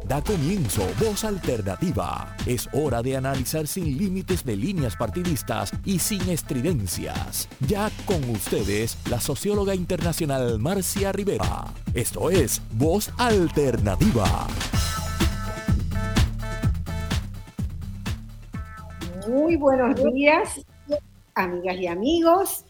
Da comienzo Voz Alternativa. Es hora de analizar sin límites de líneas partidistas y sin estridencias. Ya con ustedes, la socióloga internacional Marcia Rivera. Esto es Voz Alternativa. Muy buenos días, amigas y amigos.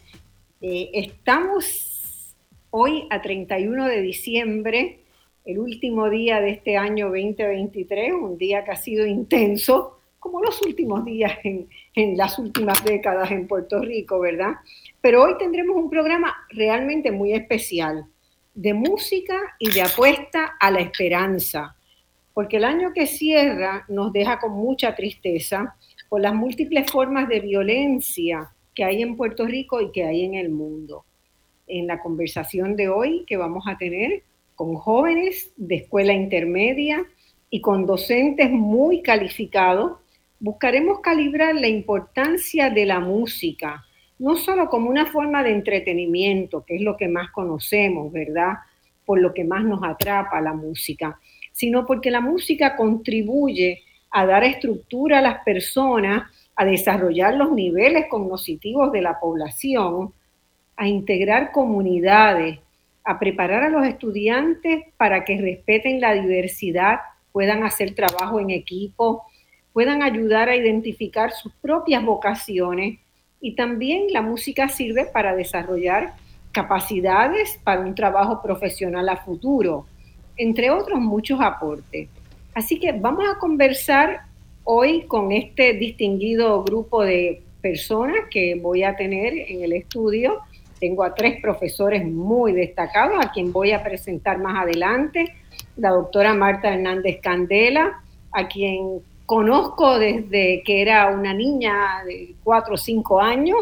Estamos hoy a 31 de diciembre, el último día de este año 2023, un día que ha sido intenso, como los últimos días en las últimas décadas en Puerto Rico, ¿verdad? Pero hoy tendremos un programa realmente muy especial, de música y de apuesta a la esperanza, porque el año que cierra nos deja con mucha tristeza por las múltiples formas de violencia que hay en Puerto Rico y que hay en el mundo. En la conversación de hoy que vamos a tener con jóvenes de escuela intermedia y con docentes muy calificados, buscaremos calibrar la importancia de la música, no solo como una forma de entretenimiento, que es lo que más conocemos, ¿verdad? Por lo que más nos atrapa la música, sino porque la música contribuye a dar estructura a las personas, a desarrollar los niveles cognitivos de la población, a integrar comunidades, a preparar a los estudiantes para que respeten la diversidad, puedan hacer trabajo en equipo, puedan ayudar a identificar sus propias vocaciones, y también la música sirve para desarrollar capacidades para un trabajo profesional a futuro, entre otros muchos aportes. Así que vamos a conversar hoy con este distinguido grupo de personas que voy a tener en el estudio. Tengo a 3 profesores muy destacados, a quien voy a presentar más adelante. La doctora Marta Hernández Candela, a quien conozco desde que era una niña de 4 o 5 años,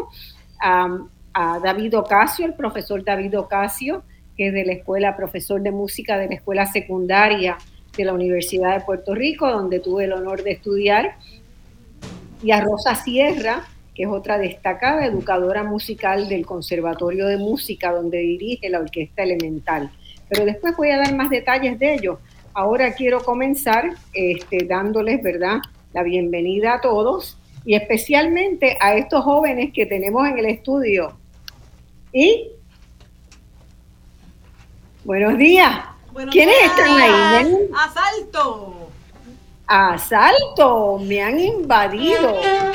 a David Ocasio, el profesor David Ocasio, que es de la escuela, profesor de música de la escuela secundaria de la Universidad de Puerto Rico, donde tuve el honor de estudiar, y a Rosa Sierra, que es otra destacada educadora musical del Conservatorio de Música, donde dirige la Orquesta Elemental. Pero después voy a dar más detalles de ello. Ahora quiero comenzar dándoles, ¿verdad?, la bienvenida a todos, y especialmente a estos jóvenes que tenemos en el estudio. Y buenos días. Buenos ¿Quiénes días. están ahí? ¡Asalto! ¡Asalto! Me han invadido.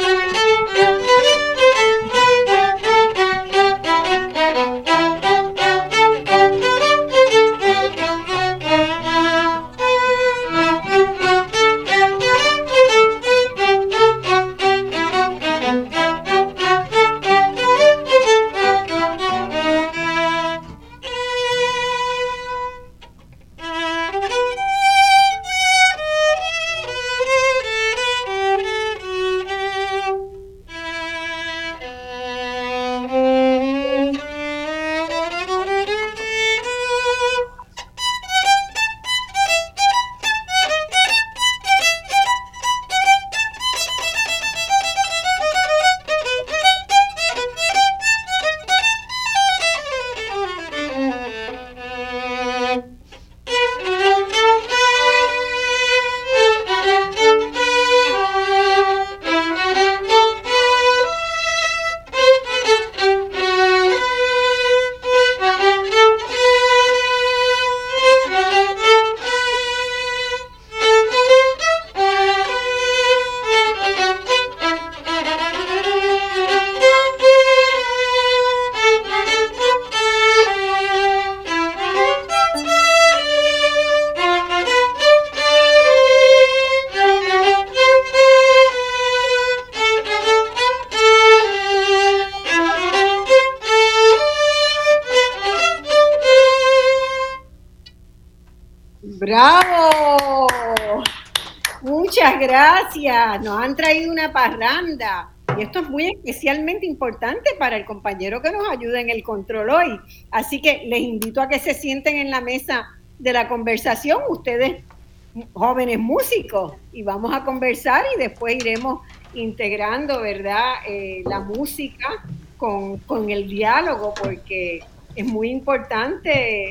¡Bravo! Muchas gracias. Nos han traído una parranda. Y esto es muy especialmente importante para el compañero que nos ayuda en el control hoy. Así que les invito a que se sienten en la mesa de la conversación, ustedes jóvenes músicos, y vamos a conversar y después iremos integrando, ¿verdad?, la música con el diálogo, porque es muy importante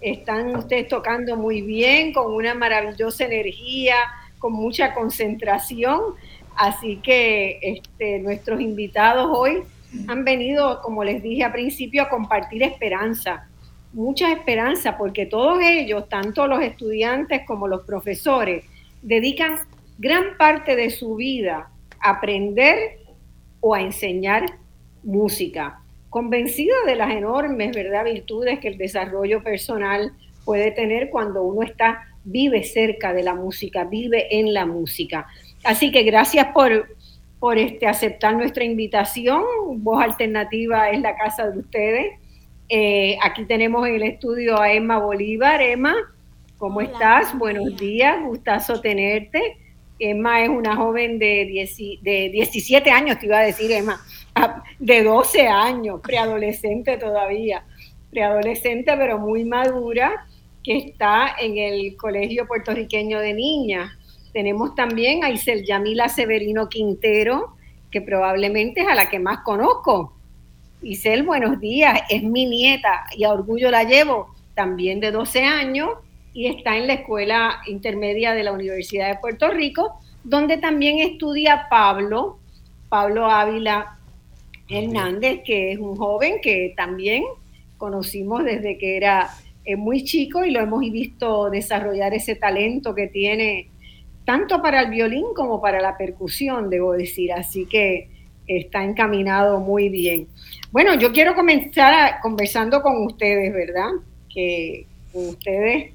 Están ustedes tocando muy bien, con una maravillosa energía, con mucha concentración. Así que nuestros invitados hoy han venido, como les dije al principio, a compartir esperanza, mucha esperanza, porque todos ellos, tanto los estudiantes como los profesores, dedican gran parte de su vida a aprender o a enseñar música, convencidos de las enormes, ¿verdad?, virtudes que el desarrollo personal puede tener cuando uno vive cerca de la música, vive en la música. Así que gracias por aceptar nuestra invitación. Voz Alternativa es la casa de ustedes. Aquí tenemos en el estudio a Emma Bolívar. Emma, ¿cómo estás? Buenos días, gustazo tenerte. Emma es una joven de 17 años, te iba a decir, Emma, de 12 años, preadolescente todavía, preadolescente pero muy madura, que está en el Colegio Puertorriqueño de Niñas. Tenemos también a Isel Yamila Severino Quintero, que probablemente es a la que más conozco. Isel, buenos días, es mi nieta y a orgullo la llevo, también de 12 años, y está en la Escuela Intermedia de la Universidad de Puerto Rico, donde también estudia Pablo Ávila Hernández, que es un joven que también conocimos desde que era muy chico y lo hemos visto desarrollar ese talento que tiene tanto para el violín como para la percusión, debo decir, así que está encaminado muy bien. Bueno, yo quiero comenzar conversando con ustedes, ¿verdad? Que con ustedes,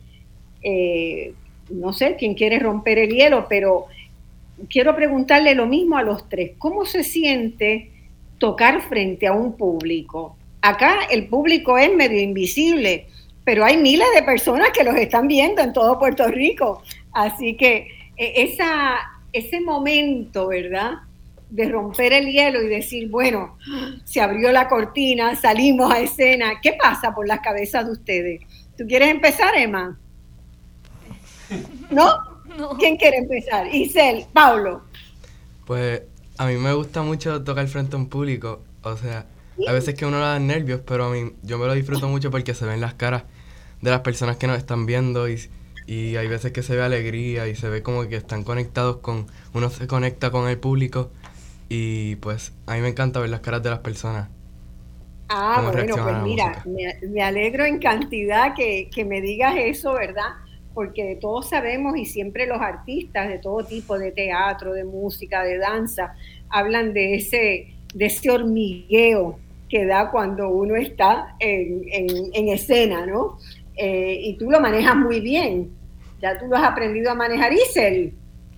no sé quién quiere romper el hielo, pero quiero preguntarle lo mismo a los tres. ¿Cómo se siente tocar frente a un público? Acá el público es medio invisible, pero hay miles de personas que los están viendo en todo Puerto Rico. Así que ese momento, ¿verdad?, de romper el hielo y decir, bueno, se abrió la cortina, salimos a escena. ¿Qué pasa por las cabezas de ustedes? ¿Tú quieres empezar, Emma? ¿No? No. ¿Quién quiere empezar? Isel, Pablo. Pues a mí me gusta mucho tocar frente a un público. O sea, a veces que uno le da nervios, pero a mí yo me lo disfruto mucho porque se ven las caras de las personas que nos están viendo y hay veces que se ve alegría y se ve como que están conectados uno se conecta con el público y pues a mí me encanta ver las caras de las personas. Bueno, pues mira, me alegro en cantidad que me digas eso, ¿verdad? Porque todos sabemos y siempre los artistas de todo tipo, de teatro, de música, de danza, hablan de ese hormigueo que da cuando uno está en escena, ¿no? Y tú lo manejas muy bien. ¿Ya tú lo has aprendido a manejar, Isel?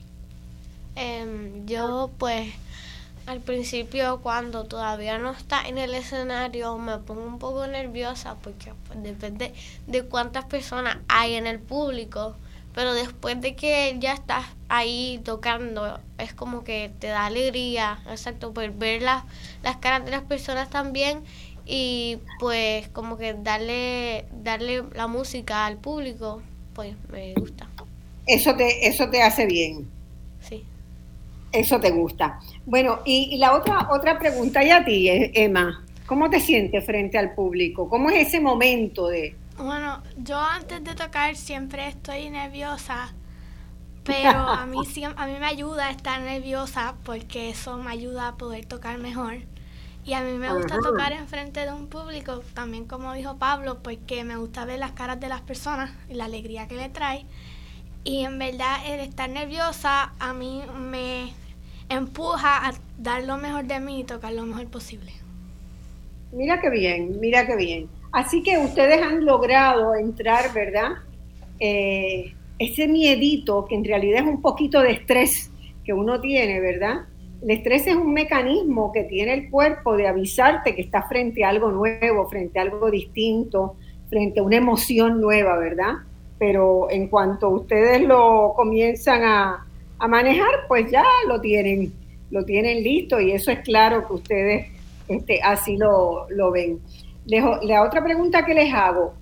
Yo pues al principio cuando todavía no está en el escenario me pongo un poco nerviosa porque pues, depende de cuántas personas hay en el público, pero después de que ya estás ahí tocando es como que te da alegría, exacto, pues ver las caras de las personas también y pues como que darle la música al público, pues me gusta. Eso te hace bien. Sí. Eso te gusta. Bueno, y la otra pregunta y a ti, Emma, ¿cómo te sientes frente al público? ¿Cómo es ese momento de...? Bueno, yo antes de tocar siempre estoy nerviosa, pero a mí me ayuda a estar nerviosa porque eso me ayuda a poder tocar mejor. Y a mí me gusta tocar enfrente de un público, también como dijo Pablo, porque me gusta ver las caras de las personas y la alegría que le trae. Y en verdad el estar nerviosa a mí me empuja a dar lo mejor de mí y tocar lo mejor posible. Mira qué bien, mira qué bien. Así que ustedes han logrado entrar, ¿verdad? Ese miedito, que en realidad es un poquito de estrés que uno tiene, ¿verdad? El estrés es un mecanismo que tiene el cuerpo de avisarte que está frente a algo nuevo, frente a algo distinto, frente a una emoción nueva, ¿verdad? Pero en cuanto ustedes lo comienzan a manejar, pues ya lo tienen listo y eso es claro que ustedes así lo ven. La otra pregunta que les hago,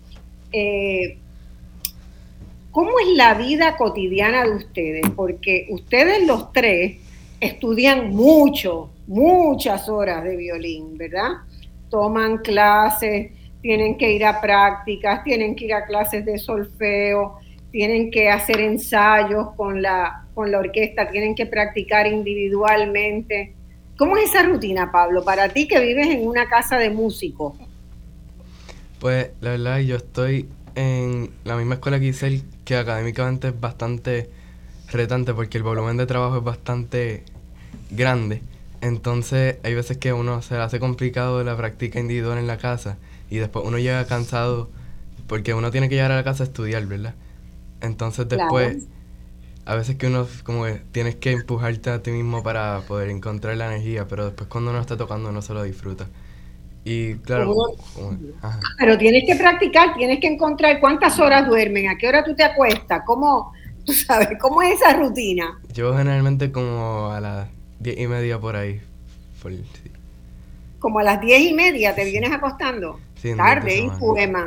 ¿cómo es la vida cotidiana de ustedes? Porque ustedes los tres estudian muchas horas de violín, ¿verdad? Toman clases, tienen que ir a prácticas, tienen que ir a clases de solfeo, tienen que hacer ensayos con la orquesta, tienen que practicar individualmente. ¿Cómo es esa rutina, Pablo, para ti que vives en una casa de músicos? Pues la verdad yo estoy en la misma escuela que Isel, que académicamente es bastante retante porque el volumen de trabajo es bastante grande. Entonces hay veces que uno se le hace complicado la práctica individual en la casa y después uno llega cansado porque uno tiene que llegar a la casa a estudiar, ¿verdad? Entonces después, Claro. a veces que uno como que tienes que empujarte a ti mismo para poder encontrar la energía, pero después cuando uno está tocando uno se lo disfruta. Y claro, ajá. Pero tienes que practicar, tienes que encontrar cuántas horas duermen, a qué hora tú te acuestas, cómo, tú sabes, cómo es esa rutina. Yo generalmente como a las 10:30 por ahí. Sí, Como a las 10:30 te vienes acostando, sí, en días de tarde, y semana. poema.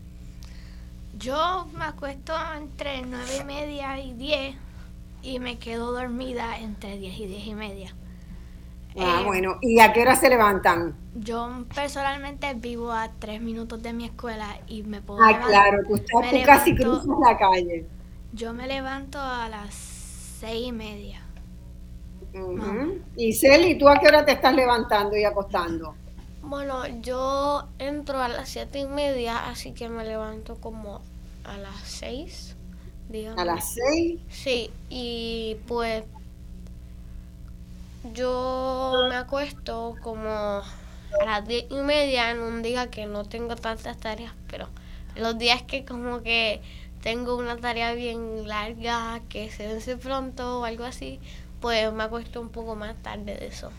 Yo me acuesto entre 9:30 y 10 y me quedo dormida entre 10 y 10:30. Bueno, ¿y a qué hora se levantan? Yo personalmente vivo a 3 minutos de mi escuela y me puedo Claro, tú casi levanto- cruzas la calle. Yo me levanto a las 6:30. Y Celi, ¿tú a qué hora te estás levantando y acostando? Bueno, yo entro a las 7:30, así que me levanto como a las 6, digamos. A las 6. Sí, y pues yo me acuesto como a las 10:30 en un día que no tengo tantas tareas, pero los días que como que tengo una tarea bien larga que se vence pronto o algo así, pues me acuesto un poco más tarde de eso.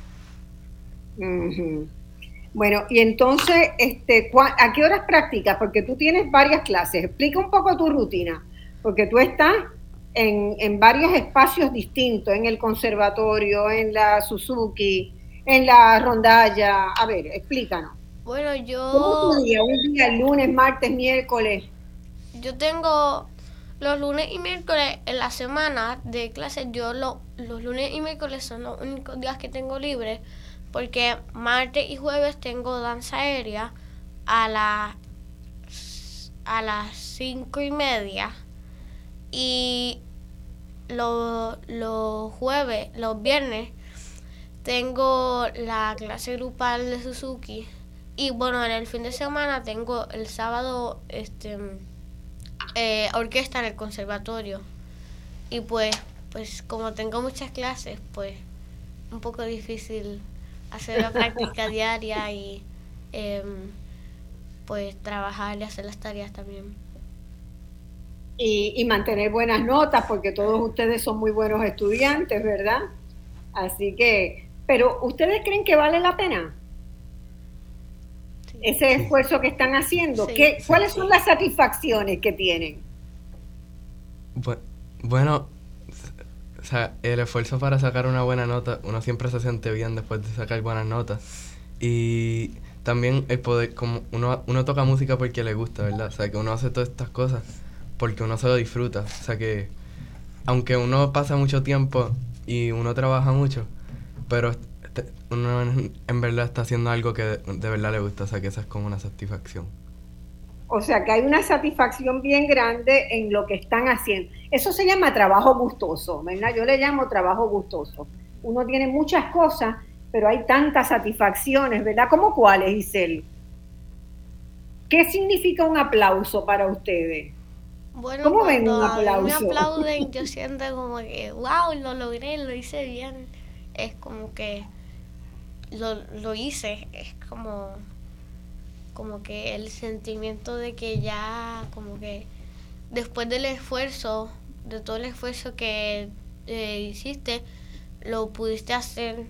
Bueno, y entonces, ¿a qué horas practicas? Porque tú tienes varias clases. Explica un poco tu rutina, porque tú estás en varios espacios distintos, en el conservatorio, en la Suzuki, en la rondalla. A ver, explícanos. Bueno, ¿Cómo tu día? Un día, lunes, martes, miércoles. yo tengo los lunes y miércoles en la semana de clases. Los lunes y miércoles son los únicos días que tengo libres, porque martes y jueves tengo danza aérea a las 5:30 y los viernes tengo la clase grupal de Suzuki y bueno, en el fin de semana tengo el sábado orquesta en el conservatorio y pues como tengo muchas clases, pues un poco difícil hacer la práctica diaria y pues trabajar y hacer las tareas también. Y mantener buenas notas, porque todos ustedes son muy buenos estudiantes, ¿verdad? Así que, pero ¿ustedes creen que vale la pena Sí. ese esfuerzo que están haciendo? Sí. ¿Cuáles son las satisfacciones que tienen? Bueno, o sea, el esfuerzo para sacar una buena nota, uno siempre se siente bien después de sacar buenas notas. Y también el poder, como uno toca música porque le gusta, ¿verdad? O sea, que uno hace todas estas cosas porque uno se lo disfruta. O sea, que aunque uno pasa mucho tiempo y uno trabaja mucho, pero uno en verdad está haciendo algo que de verdad le gusta. O sea, que esa es como una satisfacción. O sea, que hay una satisfacción bien grande en lo que están haciendo. Eso se llama trabajo gustoso, ¿verdad? Yo le llamo trabajo gustoso. Uno tiene muchas cosas, pero hay tantas satisfacciones, ¿verdad? ¿Cómo cuáles, Isel? ¿Qué significa un aplauso para ustedes? Bueno, ¿Cómo ven un cuando a mí me aplauso? aplauden, yo siento como que, wow, lo logré, lo hice bien. Es como que lo hice, es como que el sentimiento de que ya, como que después del esfuerzo, de todo el esfuerzo que hiciste, lo pudiste hacer.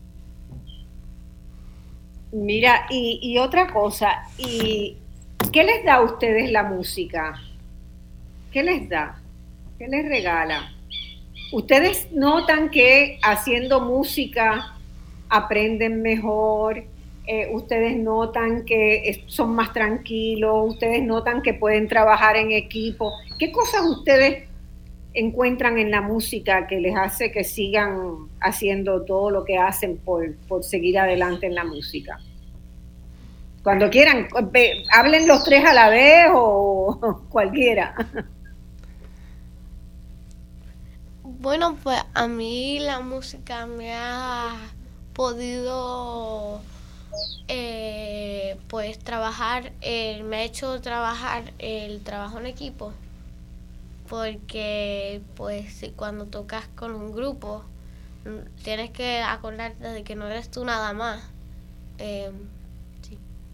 Mira, y otra cosa, ¿y qué les da a ustedes la música? ¿Qué les da? ¿Qué les regala? ¿Ustedes notan que haciendo música aprenden mejor? ¿Ustedes notan que son más tranquilos? ¿Ustedes notan que pueden trabajar en equipo? ¿Qué cosas ustedes encuentran en la música que les hace que sigan haciendo todo lo que hacen por seguir adelante en la música? Cuando quieran, hablen los tres a la vez o cualquiera. Bueno, pues a mí la música me ha podido pues trabajar, me ha hecho trabajar el trabajo en equipo, porque pues si cuando tocas con un grupo tienes que acordarte de que no eres tú nada más. Sí.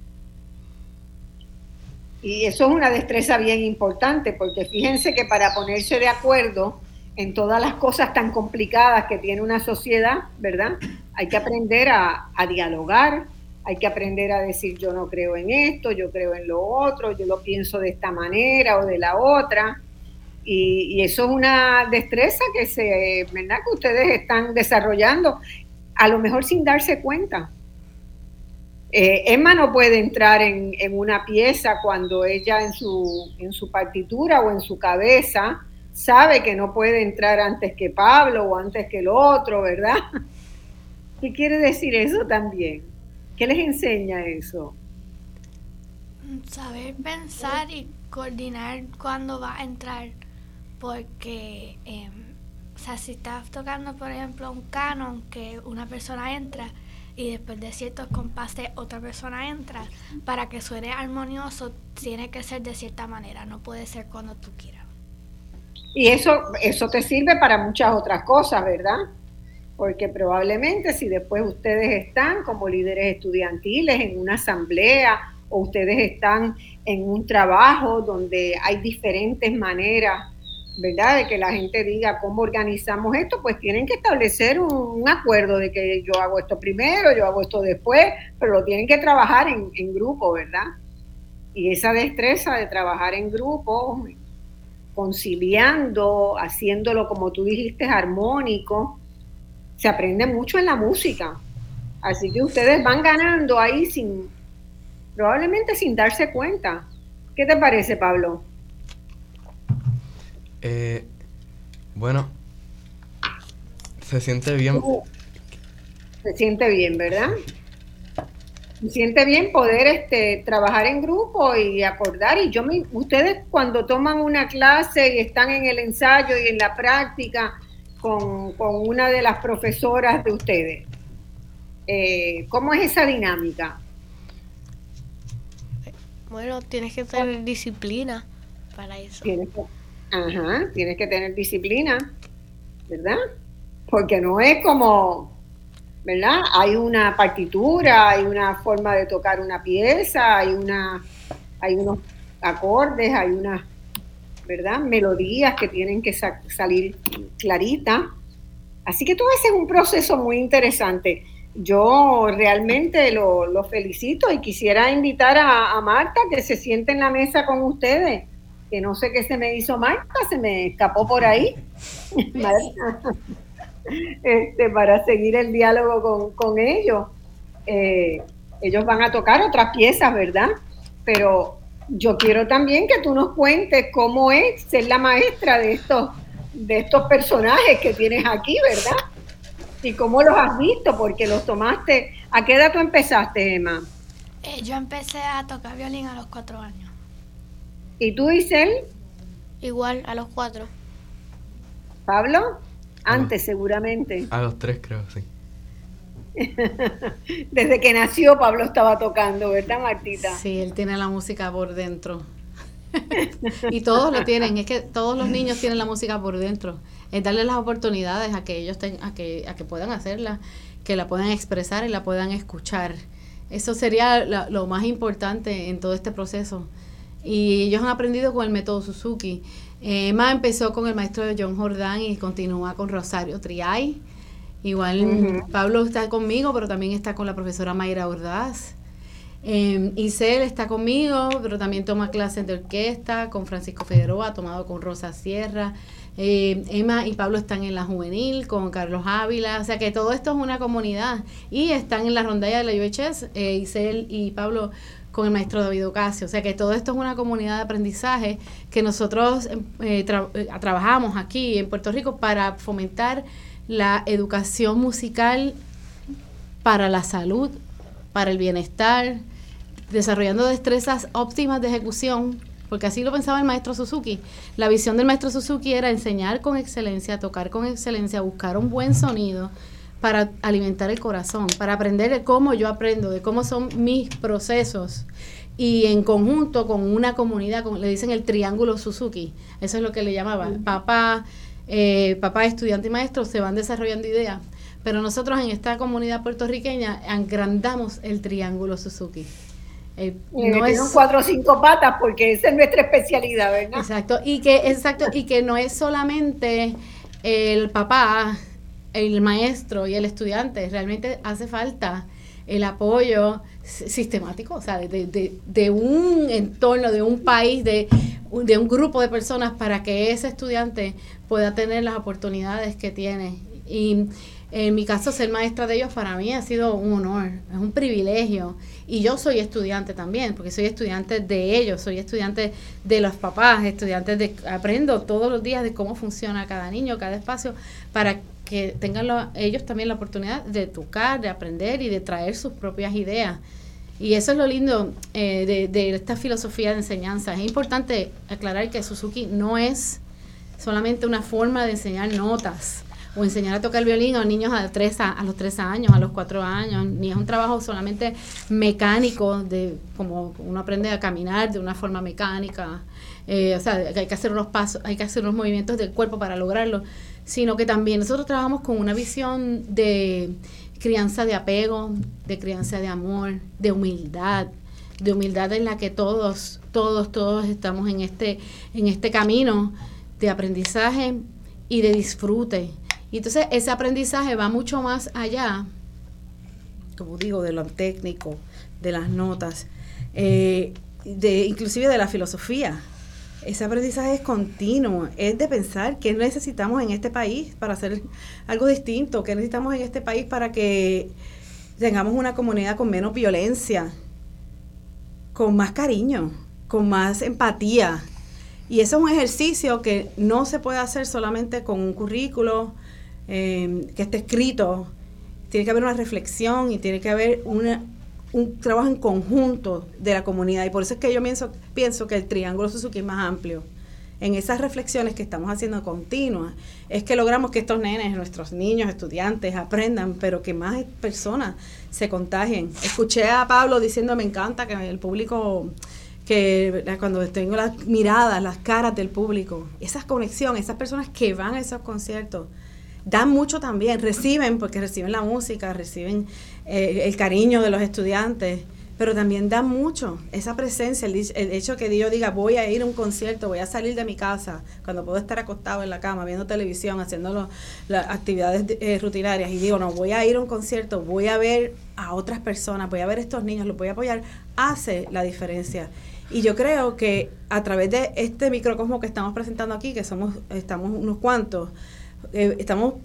Y eso es una destreza bien importante, porque fíjense que para ponerse de acuerdo en todas las cosas tan complicadas que tiene una sociedad, ¿verdad? Hay que aprender a dialogar, hay que aprender a decir yo no creo en esto, yo creo en lo otro, yo lo pienso de esta manera o de la otra. Y eso es una destreza ¿verdad? Que ustedes están desarrollando, a lo mejor sin darse cuenta. Emma no puede entrar en una pieza cuando ella en su partitura o en su cabeza sabe que no puede entrar antes que Pablo o antes que el otro, ¿verdad? ¿Qué quiere decir eso también? ¿Qué les enseña eso? Saber pensar y coordinar cuándo va a entrar, porque o sea, si estás tocando, por ejemplo, un canon que una persona entra y después de ciertos compases otra persona entra, para que suene armonioso tiene que ser de cierta manera, no puede ser cuando tú quieras. Y eso te sirve para muchas otras cosas, ¿verdad? Porque probablemente si después ustedes están como líderes estudiantiles en una asamblea o ustedes están en un trabajo donde hay diferentes maneras, ¿verdad?, de que la gente diga cómo organizamos esto, pues tienen que establecer un acuerdo de que yo hago esto primero, yo hago esto después, pero lo tienen que trabajar en grupo, ¿verdad? Y esa destreza de trabajar en grupo, conciliando, haciéndolo, como tú dijiste, armónico, se aprende mucho en la música. Así que ustedes van ganando ahí probablemente sin darse cuenta. ¿Qué te parece, Pablo? Bueno, se siente bien. Se siente bien, ¿verdad? Se siente bien poder trabajar en grupo y acordar. Y ustedes cuando toman una clase y están en el ensayo y en la práctica con una de las profesoras de ustedes, ¿cómo es esa dinámica? Bueno, tienes que tener disciplina para eso. Tienes que tener disciplina, ¿verdad? Porque no es como, ¿verdad? Hay una partitura, hay una forma de tocar una pieza, hay unos acordes, hay unas, ¿verdad?, melodías que tienen que salir claritas. Así que todo ese es un proceso muy interesante. Yo realmente lo felicito y quisiera invitar a Marta que se siente en la mesa con ustedes, que no sé qué se me hizo Marta, se me escapó por ahí. Para seguir el diálogo con ellos. Ellos van a tocar otras piezas, ¿verdad? Pero yo quiero también que tú nos cuentes cómo es ser la maestra de estos personajes que tienes aquí, ¿verdad? Y cómo los has visto, porque los tomaste. ¿A qué edad tú empezaste, Emma? Yo empecé a tocar violín a los 4 años. ¿Y tú, Isel? Igual, a los 4. ¿Pablo? Antes, seguramente. A los 3, creo, sí. Desde que nació Pablo estaba tocando, ¿verdad, Martita? Sí, él tiene la música por dentro. Y todos lo tienen, es que todos los niños tienen la música por dentro. Es darle las oportunidades a que ellos a que puedan hacerla, que la puedan expresar y la puedan escuchar. Eso sería lo más importante en todo este proceso. Y ellos han aprendido con el método Suzuki. Emma empezó con el maestro de John Jordán y continúa con Rosario Triay. Igual Pablo está conmigo, pero también está con la profesora Mayra Ordaz. Isel está conmigo, pero también toma clases de orquesta con Francisco Figueroa, ha tomado con Rosa Sierra. Emma y Pablo están en la juvenil con Carlos Ávila, o sea que todo esto es una comunidad. Y están en la rondalla de la UHS, Isel y Pablo con el maestro David Ocasio, o sea que todo esto es una comunidad de aprendizaje que nosotros trabajamos aquí en Puerto Rico para fomentar la educación musical para la salud, para el bienestar, desarrollando destrezas óptimas de ejecución, porque así lo pensaba el maestro Suzuki. La visión del maestro Suzuki era enseñar con excelencia, tocar con excelencia, buscar un buen sonido para alimentar el corazón, para aprender de cómo yo aprendo, de cómo son mis procesos, y en conjunto con una comunidad, le dicen el triángulo Suzuki, eso es lo que le llamaba, papá, estudiante y maestro se van desarrollando ideas, pero nosotros en esta comunidad puertorriqueña agrandamos el triángulo Suzuki. No es 4 o 5 patas, porque esa es nuestra especialidad, ¿verdad? Exacto, y que no es solamente el papá, el maestro y el estudiante, realmente hace falta el apoyo sistemático, o sea, de un entorno, de un país, de un grupo de personas para que ese estudiante pueda tener las oportunidades que tiene. Y en mi caso, ser maestra de ellos para mí ha sido un honor, es un privilegio. Y yo soy estudiante también, porque soy estudiante de ellos, soy estudiante de los papás, aprendo todos los días de cómo funciona cada niño, cada espacio, para que tengan ellos también la oportunidad de tocar, de aprender y de traer sus propias ideas. Y eso es lo lindo de esta filosofía de enseñanza. Es importante aclarar que Suzuki no es solamente una forma de enseñar notas o enseñar a tocar el violín a niños a los 3 años, a los 4 años, ni es un trabajo solamente mecánico, de como uno aprende a caminar de una forma mecánica, o sea, hay que hacer unos pasos, hay que hacer unos movimientos del cuerpo para lograrlo, sino que también nosotros trabajamos con una visión de crianza de apego, de crianza de amor, de humildad en la que todos estamos en este camino de aprendizaje y de disfrute. Y entonces ese aprendizaje va mucho más allá, como digo, de lo técnico, de las notas, inclusive de la filosofía. Ese aprendizaje es continuo, es de pensar qué necesitamos en este país para hacer algo distinto, qué necesitamos en este país para que tengamos una comunidad con menos violencia, con más cariño, con más empatía. Y eso es un ejercicio que no se puede hacer solamente con un currículo que esté escrito. Tiene que haber una reflexión y tiene que haber un trabajo en conjunto de la comunidad, y por eso es que yo pienso que el triángulo Suzuki es más amplio. En esas reflexiones que estamos haciendo continuas, es que logramos que estos nenes, nuestros niños, estudiantes, aprendan, pero que más personas se contagien. Escuché a Pablo diciendo, me encanta que el público, que cuando tengo las miradas, las caras del público, esas conexiones, esas personas que van a esos conciertos, dan mucho también, reciben, porque reciben la música, reciben el cariño de los estudiantes, pero también dan mucho, esa presencia, el hecho que yo diga, voy a ir a un concierto, voy a salir de mi casa, cuando puedo estar acostado en la cama, viendo televisión, haciendo las actividades rutinarias, y digo, no, voy a ir a un concierto, voy a ver a otras personas, voy a ver a estos niños, los voy a apoyar, hace la diferencia. Y yo creo que a través de este microcosmo que estamos presentando aquí, que estamos unos cuantos, estamos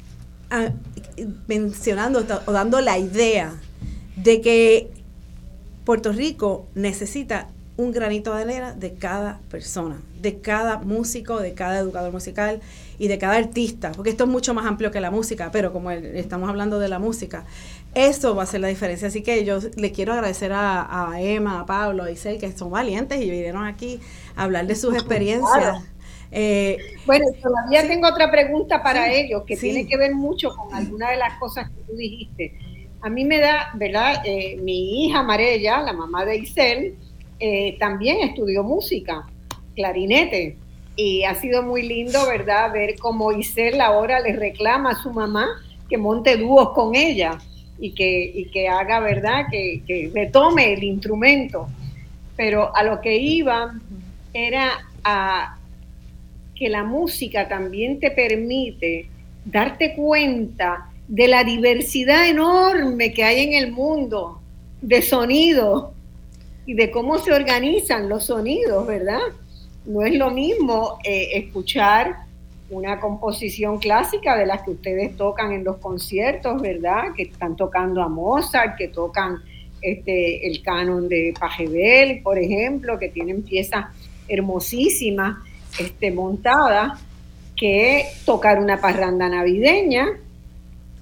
mencionando o dando la idea de que Puerto Rico necesita un granito de arena de cada persona, de cada músico, de cada educador musical y de cada artista, porque esto es mucho más amplio que la música, pero como estamos hablando de la música, eso va a hacer la diferencia. Así que yo le quiero agradecer a Emma, a Pablo, a Isel, que son valientes y vinieron aquí a hablar de sus experiencias. Claro. Bueno, todavía tengo otra pregunta para ellos, que tiene que ver mucho con alguna de las cosas que tú dijiste. A mí me da, ¿verdad? Mi hija Marella, la mamá de Isel, también estudió música, clarinete, y ha sido muy lindo, ¿verdad?, ver cómo Isel ahora le reclama a su mamá que monte dúos con ella y que haga, ¿verdad?, que retome el instrumento. Pero a lo que iba era a que la música también te permite darte cuenta de la diversidad enorme que hay en el mundo de sonidos y de cómo se organizan los sonidos, ¿verdad? No es lo mismo escuchar una composición clásica de las que ustedes tocan en los conciertos, ¿verdad? Que están tocando a Mozart, que tocan el canon de Pachelbel, por ejemplo, que tienen piezas hermosísimas montadas, que tocar una parranda navideña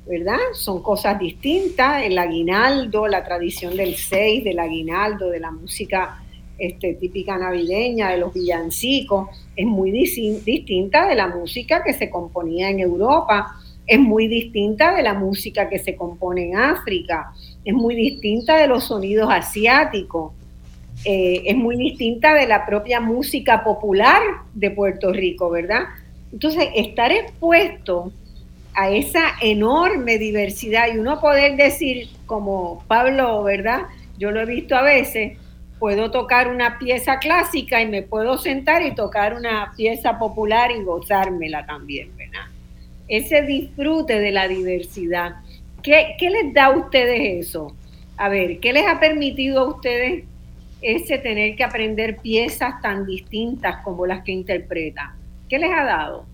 ¿verdad? Son cosas distintas. El aguinaldo, la tradición del 6, del aguinaldo, de la música típica navideña, de los villancicos, es muy distinta de la música que se componía en Europa, es muy distinta de la música que se compone en África, es muy distinta de los sonidos asiáticos, es muy distinta de la propia música popular de Puerto Rico, ¿verdad? Entonces, estar expuesto a esa enorme diversidad y uno poder decir, como Pablo, ¿verdad? Yo lo he visto a veces, puedo tocar una pieza clásica y me puedo sentar y tocar una pieza popular y gozármela también, ¿verdad? Ese disfrute de la diversidad. ¿Qué les da a ustedes eso? A ver, ¿qué les ha permitido a ustedes ese tener que aprender piezas tan distintas como las que interpretan? ¿Qué les ha dado?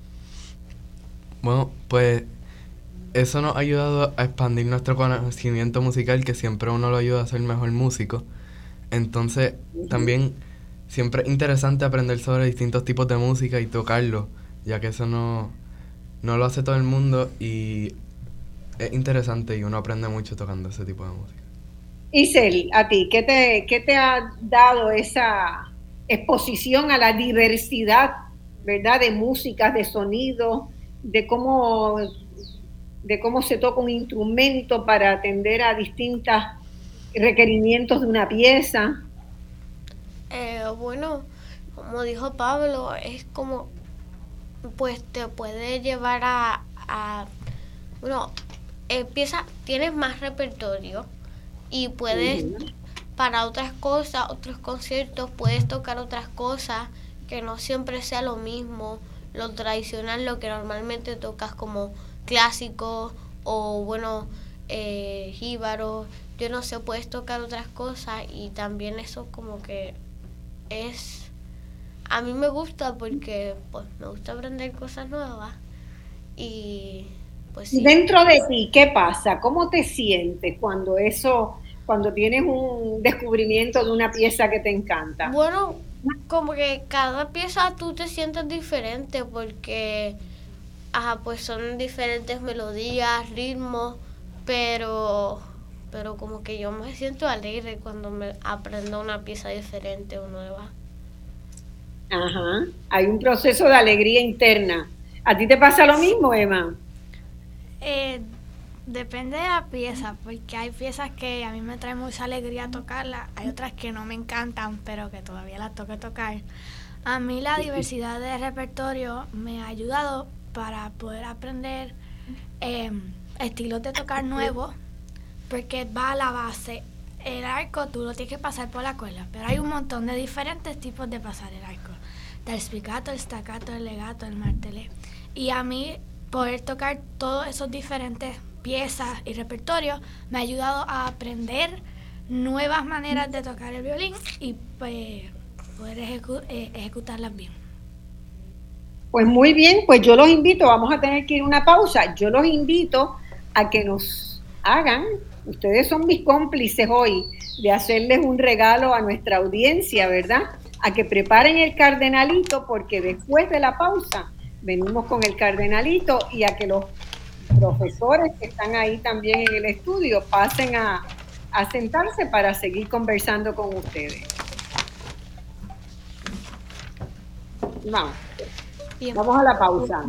Bueno, pues eso nos ha ayudado a expandir nuestro conocimiento musical, que siempre uno lo ayuda a ser mejor músico. Entonces, también siempre es interesante aprender sobre distintos tipos de música y tocarlo, ya que eso no lo hace todo el mundo y es interesante y uno aprende mucho tocando ese tipo de música. Isel, a ti, ¿qué te ha dado esa exposición a la diversidad, ¿verdad? De músicas, de sonidos, de cómo se toca un instrumento para atender a distintos requerimientos de una pieza? Bueno, como dijo Pablo, es como, pues te puede llevar bueno, tienes más repertorio y puedes, para otras cosas, otros conciertos, puedes tocar otras cosas que no siempre sea lo mismo, lo tradicional, lo que normalmente tocas como clásico o bueno, jíbaro, yo no sé, puedes tocar otras cosas y también eso como que a mí me gusta porque pues me gusta aprender cosas nuevas y pues sí. Dentro de ti, ¿qué pasa? ¿Cómo te sientes cuando tienes un descubrimiento de una pieza que te encanta? Bueno, como que cada pieza tú te sientes diferente porque pues son diferentes melodías, ritmos, pero como que yo me siento alegre cuando me aprendo una pieza diferente o nueva. Ajá, hay un proceso de alegría interna. ¿A ti te pasa lo mismo, Emma? Depende de la pieza, porque hay piezas que a mí me traen mucha alegría tocarlas, hay otras que no me encantan, pero que todavía las tengo que tocar. A mí la diversidad de repertorio me ha ayudado para poder aprender estilos de tocar nuevos, porque va a la base. El arco tú lo tienes que pasar por la cuerda, pero hay un montón de diferentes tipos de pasar el arco. Del spiccato, el staccato, el legato, el martelé. Y a mí poder tocar todos esos diferentes piezas y repertorios me ha ayudado a aprender nuevas maneras de tocar el violín y pues, poder ejecutarlas bien. Pues muy bien, pues yo los invito, vamos a tener que ir a una pausa, yo los invito a que nos hagan, ustedes son mis cómplices hoy, de hacerles un regalo a nuestra audiencia, ¿verdad? A que preparen el cardenalito, porque después de la pausa venimos con el cardenalito, y a que los profesores que están ahí también en el estudio pasen a sentarse para seguir conversando con ustedes. Vamos. Bien. Vamos a la pausa.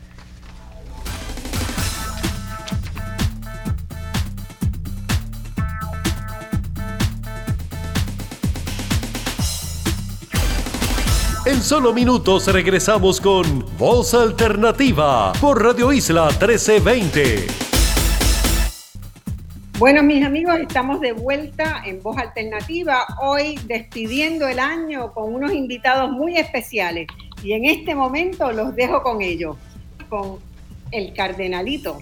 En solo minutos regresamos con Voz Alternativa por Radio Isla 1320. Bueno, mis amigos, estamos de vuelta en Voz Alternativa, hoy despidiendo el año con unos invitados muy especiales. Y en este momento los dejo con ellos, con el cardenalito.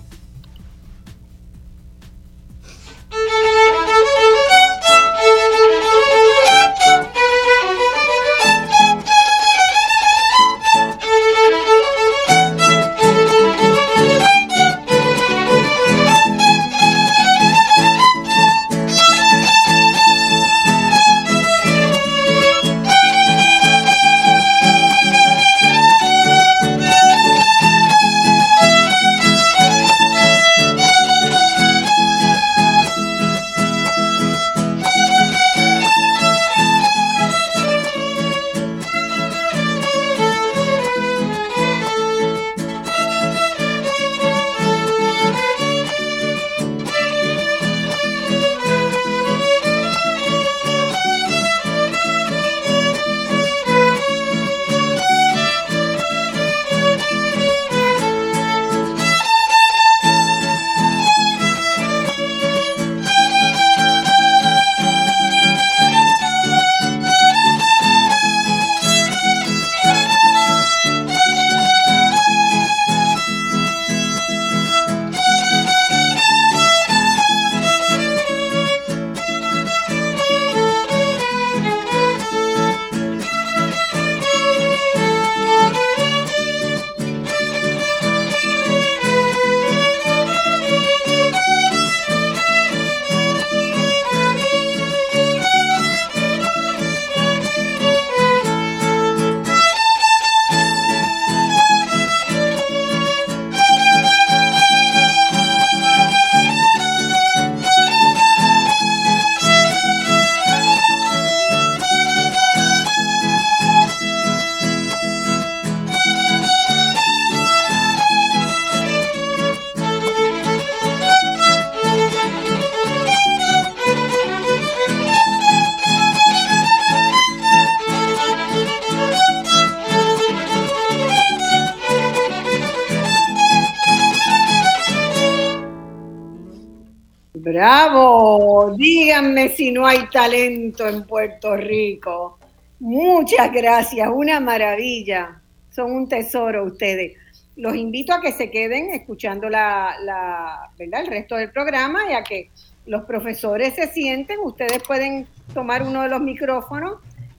Bravo, díganme si no hay talento en Puerto Rico. Muchas gracias, una maravilla. Son un tesoro ustedes. Los invito a que se queden escuchando ¿verdad? El resto del programa y a que los profesores se sienten. Ustedes pueden tomar uno de los micrófonos.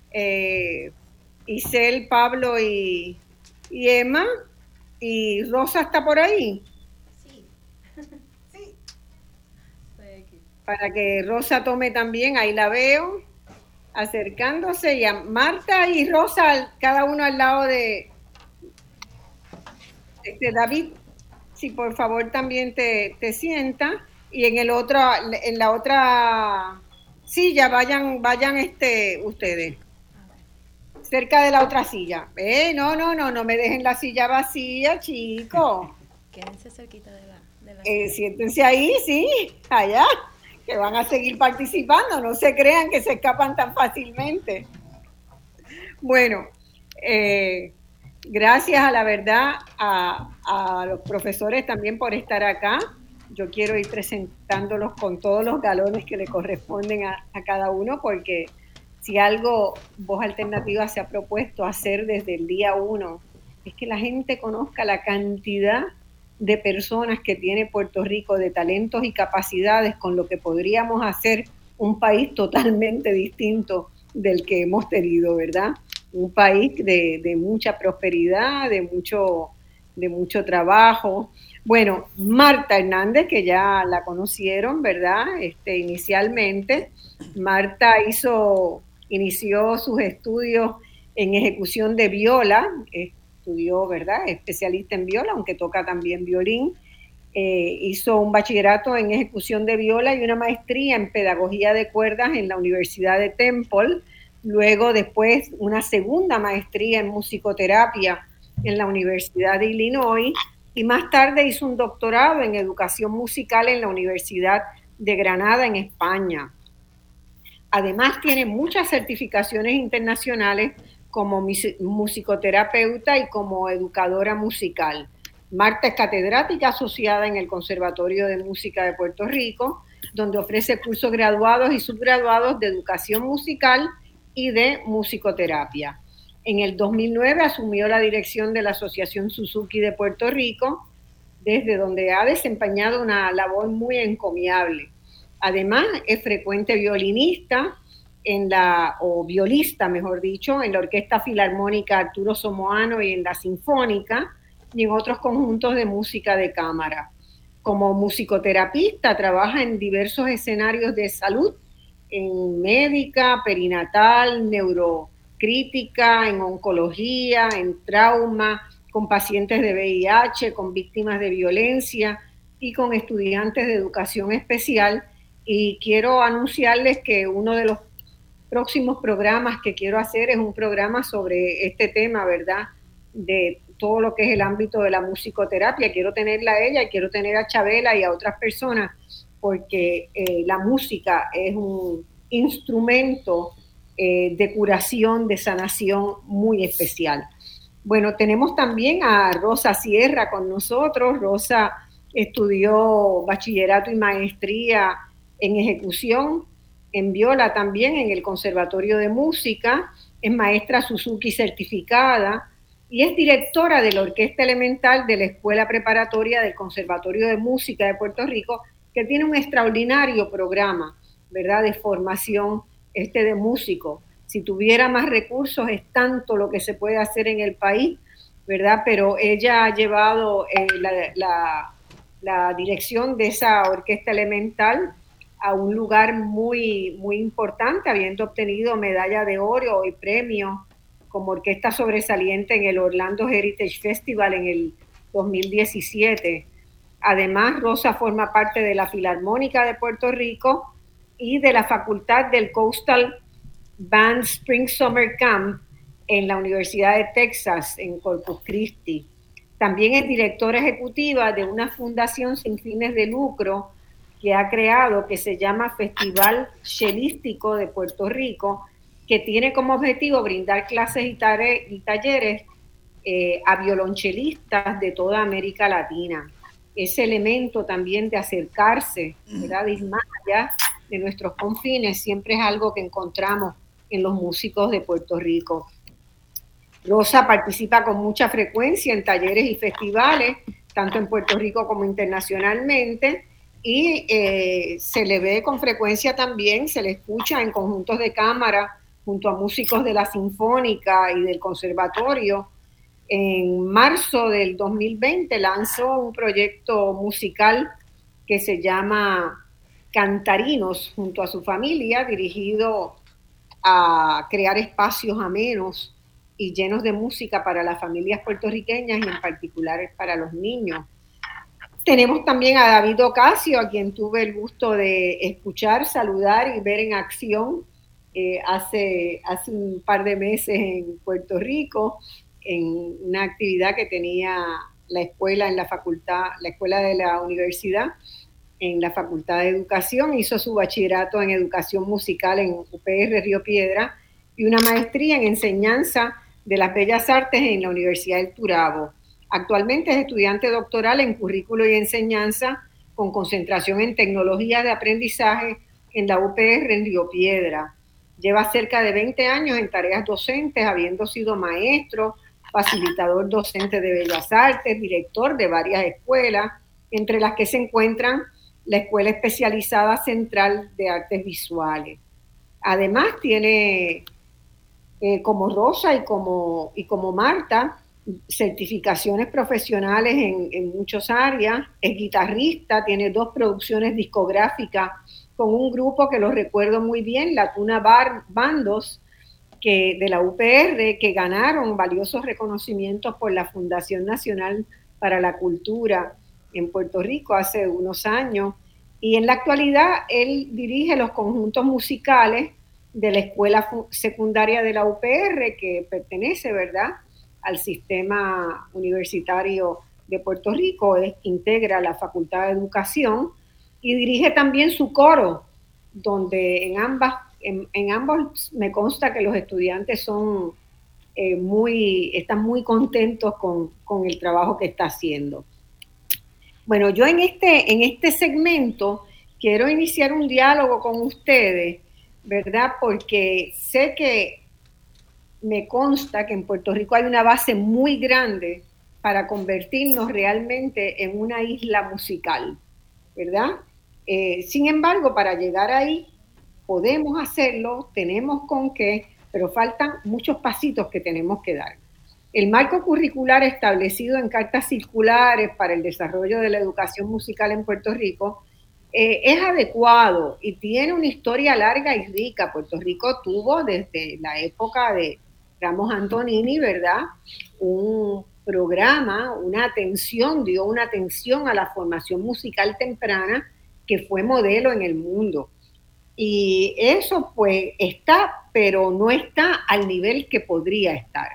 Isel, Pablo y Emma. ¿Y Rosa está por ahí? Sí. Para que Rosa tome también, ahí la veo, acercándose. Y a Marta y Rosa, cada uno al lado de David, si por favor también te sienta. Y en la otra silla vayan ustedes. Cerca de la otra silla. No me dejen la silla vacía, chicos. Quédense cerquita de la siéntense ahí, sí, allá, que van a seguir participando, no se crean que se escapan tan fácilmente. Bueno, gracias a la verdad a los profesores también por estar acá. Yo quiero ir presentándolos con todos los galones que le corresponden a cada uno, porque si algo Voz Alternativa se ha propuesto hacer desde el día 1 es que la gente conozca la cantidad de personas que tiene Puerto Rico, de talentos y capacidades, con lo que podríamos hacer un país totalmente distinto del que hemos tenido, ¿verdad? Un país de mucha prosperidad, de mucho trabajo. Bueno, Marta Hernández, que ya la conocieron, ¿verdad? Inicialmente, Marta inició sus estudios en ejecución de viola, estudió, ¿verdad?, especialista en viola, aunque toca también violín. Hizo un bachillerato en ejecución de viola y una maestría en pedagogía de cuerdas en la Universidad de Temple. Luego, después, una segunda maestría en musicoterapia en la Universidad de Illinois. Y más tarde hizo un doctorado en educación musical en la Universidad de Granada, en España. Además, tiene muchas certificaciones internacionales como musicoterapeuta y como educadora musical. Marta es catedrática asociada en el Conservatorio de Música de Puerto Rico, donde ofrece cursos graduados y subgraduados de educación musical y de musicoterapia. En el 2009 asumió la dirección de la Asociación Suzuki de Puerto Rico, desde donde ha desempeñado una labor muy encomiable. Además, es frecuente violinista violista, mejor dicho, en la Orquesta Filarmónica Arturo Somoano y en la Sinfónica y en otros conjuntos de música de cámara. Como musicoterapista trabaja en diversos escenarios de salud, en médica, perinatal, neurocrítica, en oncología, en trauma, con pacientes de VIH, con víctimas de violencia y con estudiantes de educación especial. Y quiero anunciarles que uno de los próximos programas que quiero hacer es un programa sobre este tema, ¿verdad?, de todo lo que es el ámbito de la musicoterapia. Quiero tenerla a ella y quiero tener a Chabela y a otras personas, porque la música es un instrumento de curación, de sanación muy especial. Bueno, tenemos también a Rosa Sierra con nosotros. Rosa estudió bachillerato y maestría en ejecución, en viola también en el Conservatorio de Música, es maestra Suzuki certificada y es directora de la Orquesta Elemental de la Escuela Preparatoria del Conservatorio de Música de Puerto Rico, que tiene un extraordinario programa, ¿verdad?, de formación de músicos. Si tuviera más recursos, es tanto lo que se puede hacer en el país, ¿verdad? Pero ella ha llevado la dirección de esa Orquesta Elemental a un lugar muy, muy importante, habiendo obtenido medalla de oro y premio como orquesta sobresaliente en el Orlando Heritage Festival en el 2017. Además, Rosa forma parte de la Filarmónica de Puerto Rico y de la facultad del Coastal Band Spring Summer Camp en la Universidad de Texas, en Corpus Christi. También es directora ejecutiva de una fundación sin fines de lucro que ha creado, que se llama Festival Chelístico de Puerto Rico, que tiene como objetivo brindar clases y talleres a violonchelistas de toda América Latina. ese elemento también de acercarse, ¿verdad? De ir más allá de nuestros confines, siempre es algo que encontramos en los músicos de Puerto Rico. Rosa participa con mucha frecuencia en talleres y festivales, tanto en Puerto Rico como internacionalmente, y se le ve con frecuencia también, se le escucha en conjuntos de cámara junto a músicos de la Sinfónica y del Conservatorio. En marzo del 2020 lanzó un proyecto musical que se llama Cantarinos junto a su familia, dirigido a crear espacios amenos y llenos de música para las familias puertorriqueñas y en particular para los niños. Tenemos también a David Ocasio, a quien tuve el gusto de escuchar, saludar y ver en acción hace un par de meses en Puerto Rico, en una actividad que tenía la escuela en la facultad, la escuela de la universidad, en la Facultad de Educación. Hizo su bachillerato en Educación Musical en UPR Río Piedra y una maestría en Enseñanza de las Bellas Artes en la Universidad del Turabo. Actualmente es estudiante doctoral en Currículo y Enseñanza con concentración en Tecnología de Aprendizaje en la UPR en Río Piedra. Lleva cerca de 20 años en tareas docentes, habiendo sido maestro, facilitador docente de Bellas Artes, director de varias escuelas, entre las que se encuentran la Escuela Especializada Central de Artes Visuales. Además tiene, como Rosa y como Marta, certificaciones profesionales en muchas áreas. Es guitarrista, tiene 2 producciones discográficas con un grupo que lo recuerdo muy bien, la Tuna Bandos, de la UPR, que ganaron valiosos reconocimientos por la Fundación Nacional para la Cultura en Puerto Rico hace unos años. Y en la actualidad él dirige los conjuntos musicales de la Escuela Secundaria de la UPR, que pertenece, ¿verdad?, al sistema universitario de Puerto Rico, integra la Facultad de Educación y dirige también su coro, donde en ambos me consta que los estudiantes son están muy contentos con el trabajo que está haciendo. Bueno, yo en este segmento quiero iniciar un diálogo con ustedes, ¿verdad? Porque sé que me consta que en Puerto Rico hay una base muy grande para convertirnos realmente en una isla musical, ¿verdad? Sin embargo, para llegar ahí, podemos hacerlo, tenemos con qué, pero faltan muchos pasitos que tenemos que dar. El marco curricular establecido en cartas circulares para el desarrollo de la educación musical en Puerto Rico es adecuado y tiene una historia larga y rica. Puerto Rico tuvo desde la época de Ramos Antonini, ¿verdad?, un programa, dio una atención a la formación musical temprana que fue modelo en el mundo. Y eso pues está, pero no está al nivel que podría estar.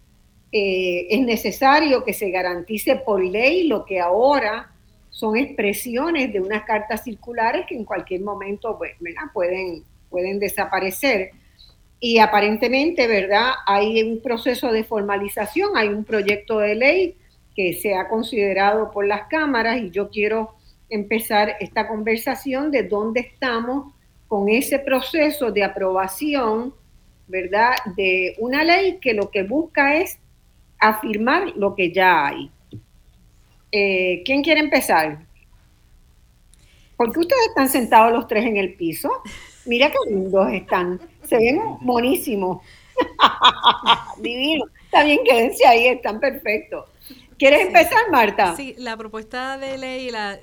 Es necesario que se garantice por ley lo que ahora son expresiones de unas cartas circulares que en cualquier momento, pues, ¿verdad?, pueden desaparecer. Y aparentemente, ¿verdad?, hay un proceso de formalización, hay un proyecto de ley que se ha considerado por las cámaras y yo quiero empezar esta conversación de dónde estamos con ese proceso de aprobación, ¿verdad?, de una ley que lo que busca es afirmar lo que ya hay. ¿Quién quiere empezar? ¿Por qué ustedes están sentados los 3 en el piso? Mira qué lindos están. Se ven monísimos. Divino. Está bien, quédense ahí, están perfectos. ¿Quieres empezar, Marta? Sí, la propuesta de ley, la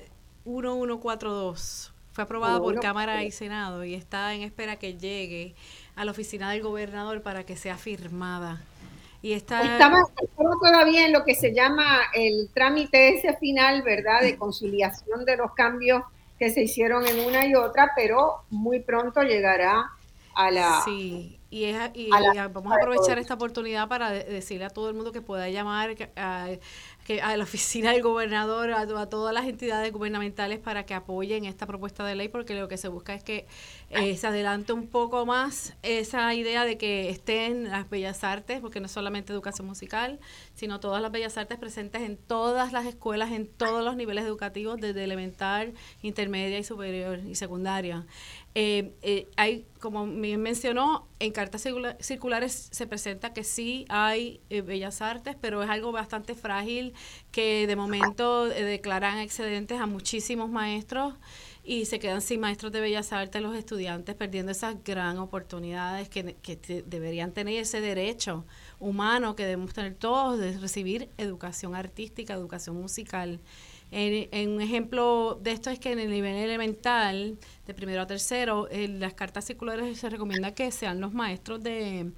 1142, fue aprobada por Cámara y Senado y está en espera que llegue a la oficina del gobernador para que sea firmada. Y estamos todavía en lo que se llama el trámite ese final, ¿verdad?, de conciliación de los cambios que se hicieron en una y otra, pero muy pronto llegará a la... Sí, vamos a aprovechar esta oportunidad para decirle a todo el mundo que pueda llamar, que a la oficina del gobernador, a todas las entidades gubernamentales para que apoyen esta propuesta de ley, porque lo que se busca es que se adelante un poco más esa idea de que estén las bellas artes, porque no es solamente educación musical, sino todas las bellas artes presentes en todas las escuelas, en todos los niveles educativos, desde elemental, intermedia y superior y secundaria. Hay, como bien mencionó, en cartas circulares se presenta que sí hay bellas artes, pero es algo bastante frágil, que de momento declaran excedentes a muchísimos maestros y se quedan sin maestros de bellas artes los estudiantes, perdiendo esas gran oportunidades que deberían tener, ese derecho humano que debemos tener todos de recibir educación artística, educación musical. En un ejemplo de esto es que en el nivel elemental, de primero a tercero, las cartas circulares se recomienda que sean los maestros de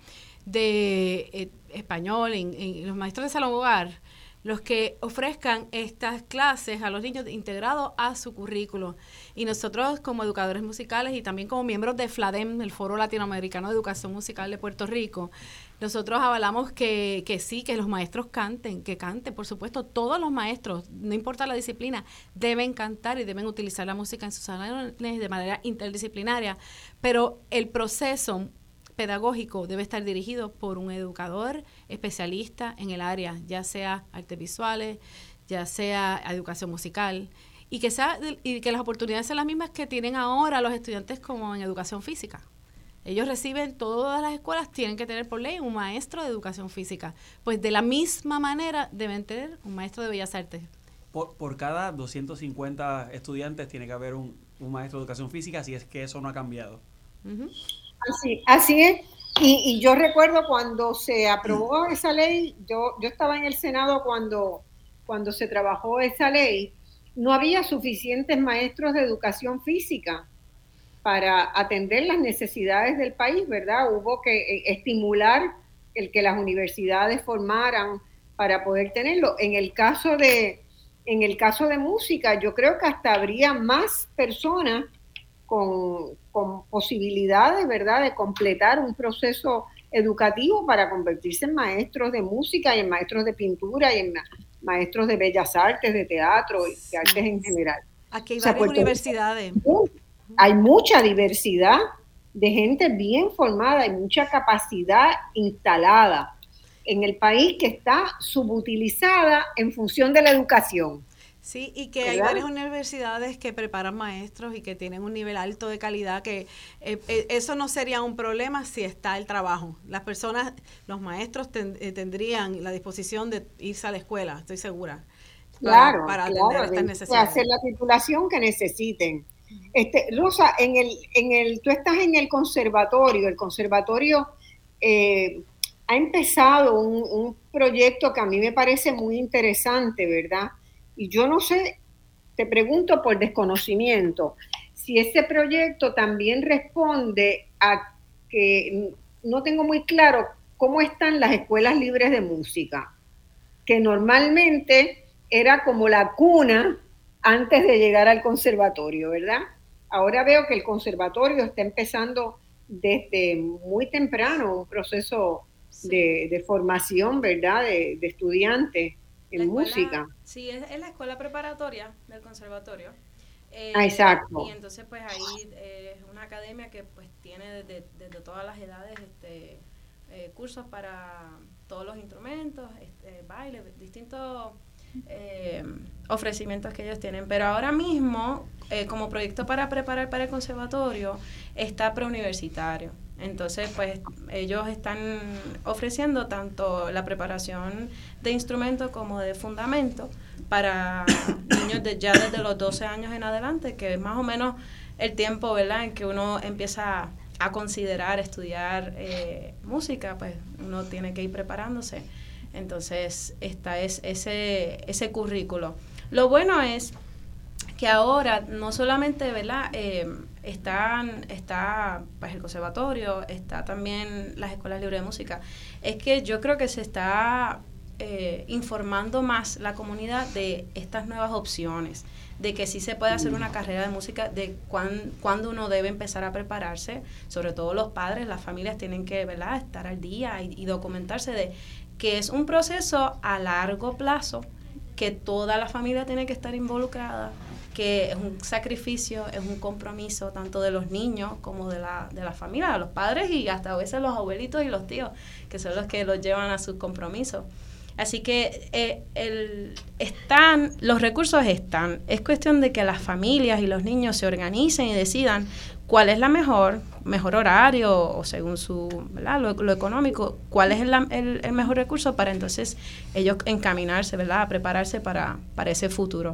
español, los maestros de salón hogar, los que ofrezcan estas clases a los niños integrados a su currículo. Y nosotros, como educadores musicales y también como miembros de FLADEM, el Foro Latinoamericano de Educación Musical de Puerto Rico, nosotros avalamos que sí, que los maestros canten, por supuesto, todos los maestros, no importa la disciplina, deben cantar y deben utilizar la música en sus salones de manera interdisciplinaria, pero el proceso pedagógico debe estar dirigido por un educador especialista en el área, ya sea artes visuales, ya sea educación musical, y que las oportunidades sean las mismas que tienen ahora los estudiantes como en educación física. Ellos reciben, todas las escuelas tienen que tener por ley un maestro de educación física. Pues de la misma manera deben tener un maestro de bellas artes. Por cada 250 estudiantes tiene que haber un maestro de educación física, si es que eso no ha cambiado. Uh-huh. Así es. Y yo recuerdo cuando se aprobó esa ley, yo estaba en el Senado cuando se trabajó esa ley, no había suficientes maestros de educación física para atender las necesidades del país, ¿verdad? Hubo que estimular el que las universidades formaran para poder tenerlo. En el caso de música, yo creo que hasta habría más personas con posibilidades, ¿verdad?, de completar un proceso educativo para convertirse en maestros de música y en maestros de pintura y en maestros de bellas artes, de teatro y de artes en general. Aquí hay varias universidades. Hay mucha diversidad de gente bien formada, hay mucha capacidad instalada en el país que está subutilizada en función de la educación. Sí, y que hay varias universidades que preparan maestros y que tienen un nivel alto de calidad, que eso no sería un problema si está el trabajo. Las personas, los maestros tendrían la disposición de irse a la escuela, estoy segura, para atender estas necesidades. Hacer la titulación que necesiten. Rosa, tú estás en el conservatorio. El conservatorio ha empezado un proyecto que a mí me parece muy interesante, ¿verdad? Y yo no sé, te pregunto por desconocimiento, si ese proyecto también responde a que no tengo muy claro cómo están las escuelas libres de música, que normalmente era como la cuna antes de llegar al conservatorio, ¿verdad? Ahora veo que el conservatorio está empezando desde muy temprano un proceso de formación, ¿verdad?, de estudiantes en música. Sí, es la escuela preparatoria del conservatorio. Exacto. Y entonces pues ahí es una academia que pues tiene desde todas las edades cursos para todos los instrumentos, baile, distintos ofrecimientos que ellos tienen. Pero ahora mismo, como proyecto para preparar para el conservatorio, está preuniversitario. Entonces, pues, ellos están ofreciendo tanto la preparación de instrumentos como de fundamento para niños ya desde los 12 años en adelante, que es más o menos el tiempo, ¿verdad?, en que uno empieza a considerar estudiar música, pues uno tiene que ir preparándose. Entonces, es ese currículo. Lo bueno es que ahora no solamente, ¿verdad?, está pues el conservatorio, está también las escuelas libres de música. Es que yo creo que se está informando más la comunidad de estas nuevas opciones, de que sí se puede hacer una carrera de música, de cuándo uno debe empezar a prepararse. Sobre todo los padres, las familias tienen que, ¿verdad?, estar al día y documentarse de que es un proceso a largo plazo que toda la familia tiene que estar involucrada, que es un sacrificio, es un compromiso tanto de los niños como de la familia, de los padres y hasta a veces los abuelitos y los tíos, que son los que los llevan a sus compromisos. Así que los recursos están. Es cuestión de que las familias y los niños se organicen y decidan cuál es la mejor horario o según su, ¿verdad? Lo económico, cuál es el mejor recurso para entonces ellos encaminarse, ¿verdad? A prepararse para ese futuro.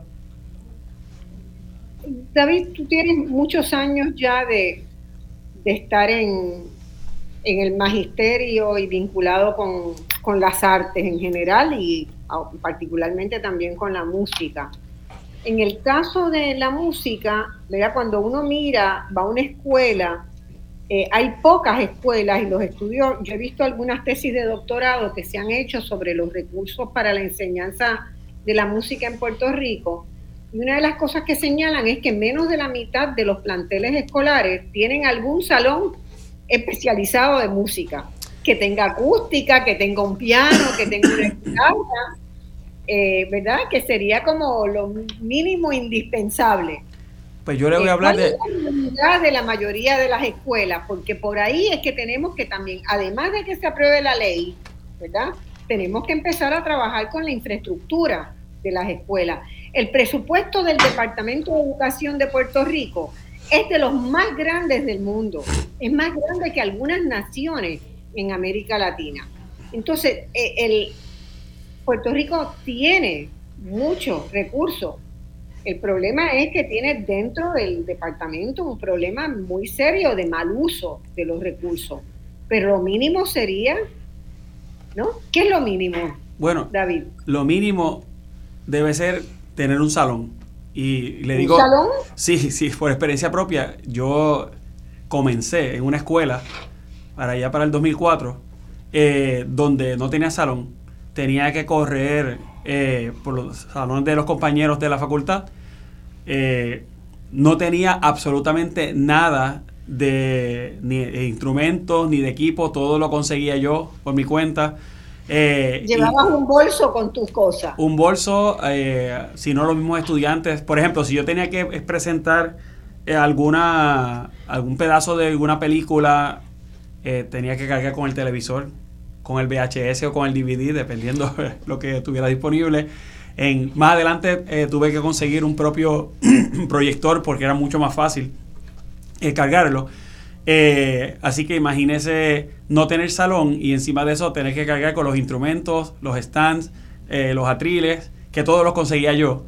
David, tú tienes muchos años ya de estar en el magisterio y vinculado con las artes en general y particularmente también con la música. En el caso de la música, ¿verdad? Cuando uno va a una escuela, hay pocas escuelas y los estudios, yo he visto algunas tesis de doctorado que se han hecho sobre los recursos para la enseñanza de la música en Puerto Rico, y una de las cosas que señalan es que menos de la mitad de los planteles escolares tienen algún salón especializado de música, que tenga acústica, que tenga un piano, que tenga una guitarra, ¿verdad? Que sería como lo mínimo indispensable. Pues yo le voy a hablar de la mayoría de las escuelas, porque por ahí es que tenemos que también, además de que se apruebe la ley, ¿verdad? Tenemos que empezar a trabajar con la infraestructura de las escuelas. El presupuesto del Departamento de Educación de Puerto Rico es de los más grandes del mundo, es más grande que algunas naciones en América Latina. Entonces, Puerto Rico tiene muchos recursos. El problema es que tiene dentro del departamento un problema muy serio de mal uso de los recursos. Pero lo mínimo sería, ¿no? ¿Qué es lo mínimo, bueno, David? Lo mínimo debe ser tener un salón. Y le digo, ¿un salón? Sí, por experiencia propia. Yo comencé en una escuela para el 2004, donde no tenía salón. Tenía que correr por los salones de los compañeros de la facultad. No tenía absolutamente nada ni de instrumentos, ni de equipo. Todo lo conseguía yo por mi cuenta. Llevabas un bolso con tus cosas. Un bolso, si no los mismos estudiantes. Por ejemplo, si yo tenía que presentar algún pedazo de alguna película, tenía que cargar con el televisor, con el VHS o con el DVD, dependiendo de lo que tuviera disponible. Más adelante tuve que conseguir un propio proyector porque era mucho más fácil cargarlo. Así que imagínese no tener salón y encima de eso tener que cargar con los instrumentos, los stands, los atriles, que todos los conseguía yo.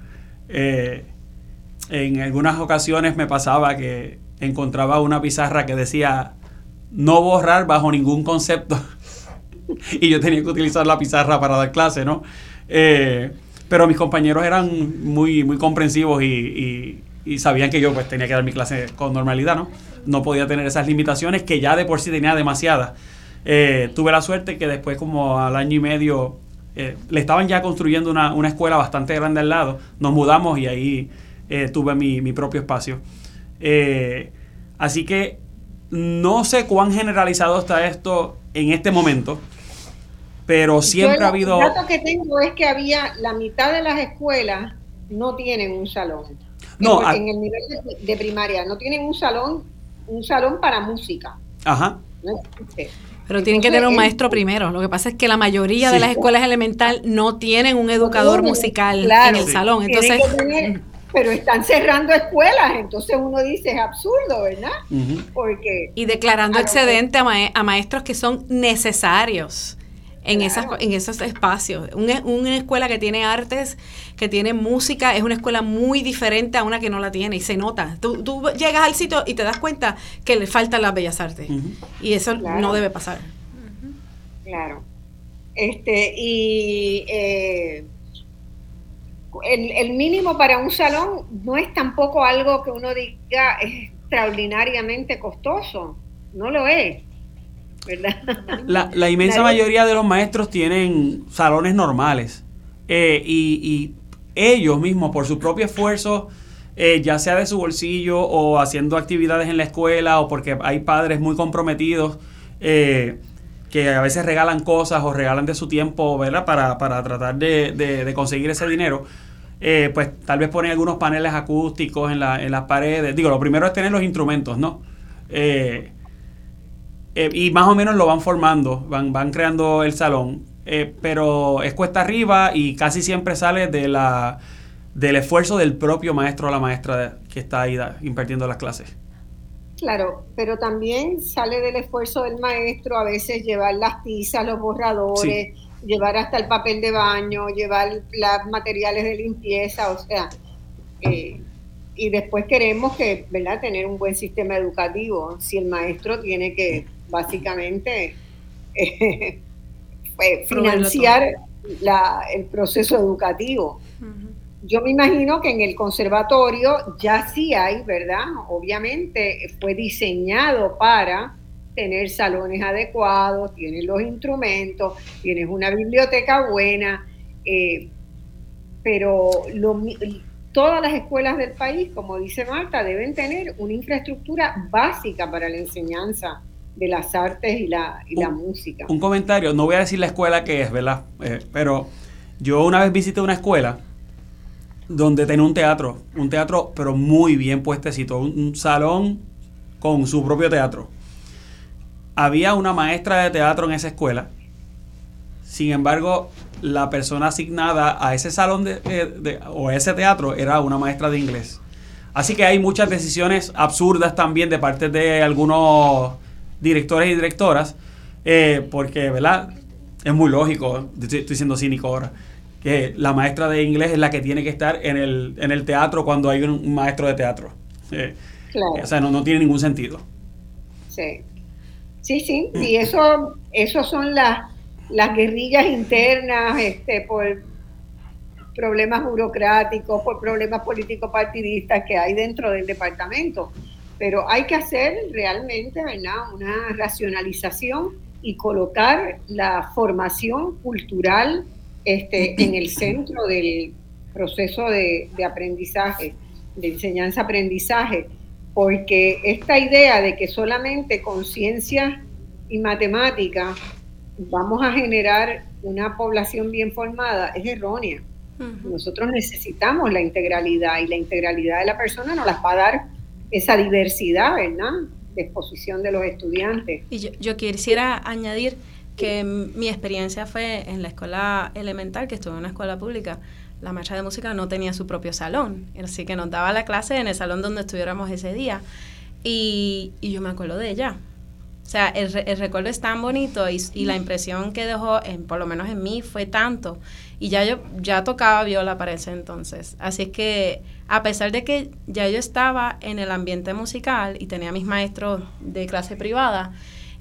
En algunas ocasiones me pasaba que encontraba una pizarra que decía no borrar bajo ningún concepto y yo tenía que utilizar la pizarra para dar clase, ¿no? Pero mis compañeros eran muy, muy comprensivos y sabían que yo pues tenía que dar mi clase con normalidad, ¿no? No podía tener esas limitaciones que ya de por sí tenía demasiadas. Tuve la suerte que después, como al año y medio, le estaban ya construyendo una escuela bastante grande al lado. Nos mudamos y ahí tuve mi propio espacio. Así que no sé cuán generalizado está esto en este momento, pero siempre ha habido... El dato que tengo es que la mitad de las escuelas no tienen un salón. No, en el nivel de primaria no tienen un salón para música. Ajá. No existe. Pero tienen que tener un maestro primero. Lo que pasa es que la mayoría de las escuelas elementales no tienen un educador musical en el salón. Entonces, pero están cerrando escuelas, entonces uno dice es absurdo, ¿verdad? Uh-huh. Porque y declarando excedente a maestros que son necesarios en esos espacios. Una escuela que tiene artes, que tiene música, es una escuela muy diferente a una que no la tiene y se nota. Tú llegas al sitio y te das cuenta que le faltan las bellas artes. Uh-huh. Y eso no debe pasar. Uh-huh. Claro. El mínimo para un salón no es tampoco algo que uno diga es extraordinariamente costoso. No lo es. ¿Verdad? La inmensa mayoría de los maestros tienen salones normales y ellos mismos por su propio esfuerzo, ya sea de su bolsillo o haciendo actividades en la escuela o porque hay padres muy comprometidos, que a veces regalan cosas o regalan de su tiempo, ¿verdad? Para tratar de conseguir ese dinero. Pues tal vez ponen algunos paneles acústicos en las paredes. Digo, lo primero es tener los instrumentos, ¿no? Y más o menos lo van formando, van creando el salón, pero es cuesta arriba y casi siempre sale del esfuerzo del propio maestro o la maestra que está ahí impartiendo las clases. Claro, pero también sale del esfuerzo del maestro a veces llevar las tizas, los borradores, sí, llevar hasta el papel de baño, llevar los materiales de limpieza, o sea, y después queremos que, ¿verdad?, tener un buen sistema educativo. Si el maestro tiene que básicamente financiar el proceso educativo. Uh-huh. Yo me imagino que en el conservatorio ya sí hay, ¿verdad? Obviamente fue diseñado para tener salones adecuados, tienes los instrumentos, tienes una biblioteca buena, pero todas las escuelas del país, como dice Marta, deben tener una infraestructura básica para la enseñanza de las artes y la música. Un comentario, no voy a decir la escuela que es, ¿verdad? Pero yo una vez visité una escuela donde tenía un teatro pero muy bien puestecito, un salón con su propio teatro. Había una maestra de teatro en esa escuela. Sin embargo, la persona asignada a ese salón o a ese teatro era una maestra de inglés. Así que hay muchas decisiones absurdas también de parte de algunos directores y directoras, porque, ¿verdad?, es muy lógico, estoy siendo cínico ahora, que la maestra de inglés es la que tiene que estar en el teatro cuando hay un maestro de teatro. Claro. O sea, no tiene ningún sentido. Sí. Sí, y eso son las guerrillas internas, por problemas burocráticos, por problemas políticos partidistas que hay dentro del departamento. Pero hay que hacer realmente, ¿verdad?, una racionalización y colocar la formación cultural en el centro del proceso de aprendizaje, de enseñanza-aprendizaje, porque esta idea de que solamente con ciencias y matemáticas vamos a generar una población bien formada es errónea. Uh-huh. Nosotros necesitamos la integralidad, y la integralidad de la persona nos las va a dar esa diversidad, ¿verdad?, de exposición de los estudiantes. Y yo quisiera añadir que mi experiencia fue en la escuela elemental, que estuve en una escuela pública. La maestra de música no tenía su propio salón, así que nos daba la clase en el salón donde estuviéramos ese día, y yo me acuerdo de ella. O sea, el recuerdo es tan bonito y la impresión que dejó, por lo menos en mí, fue tanto. Y yo tocaba viola para ese entonces. Así es que, a pesar de que ya yo estaba en el ambiente musical y tenía mis maestros de clase privada,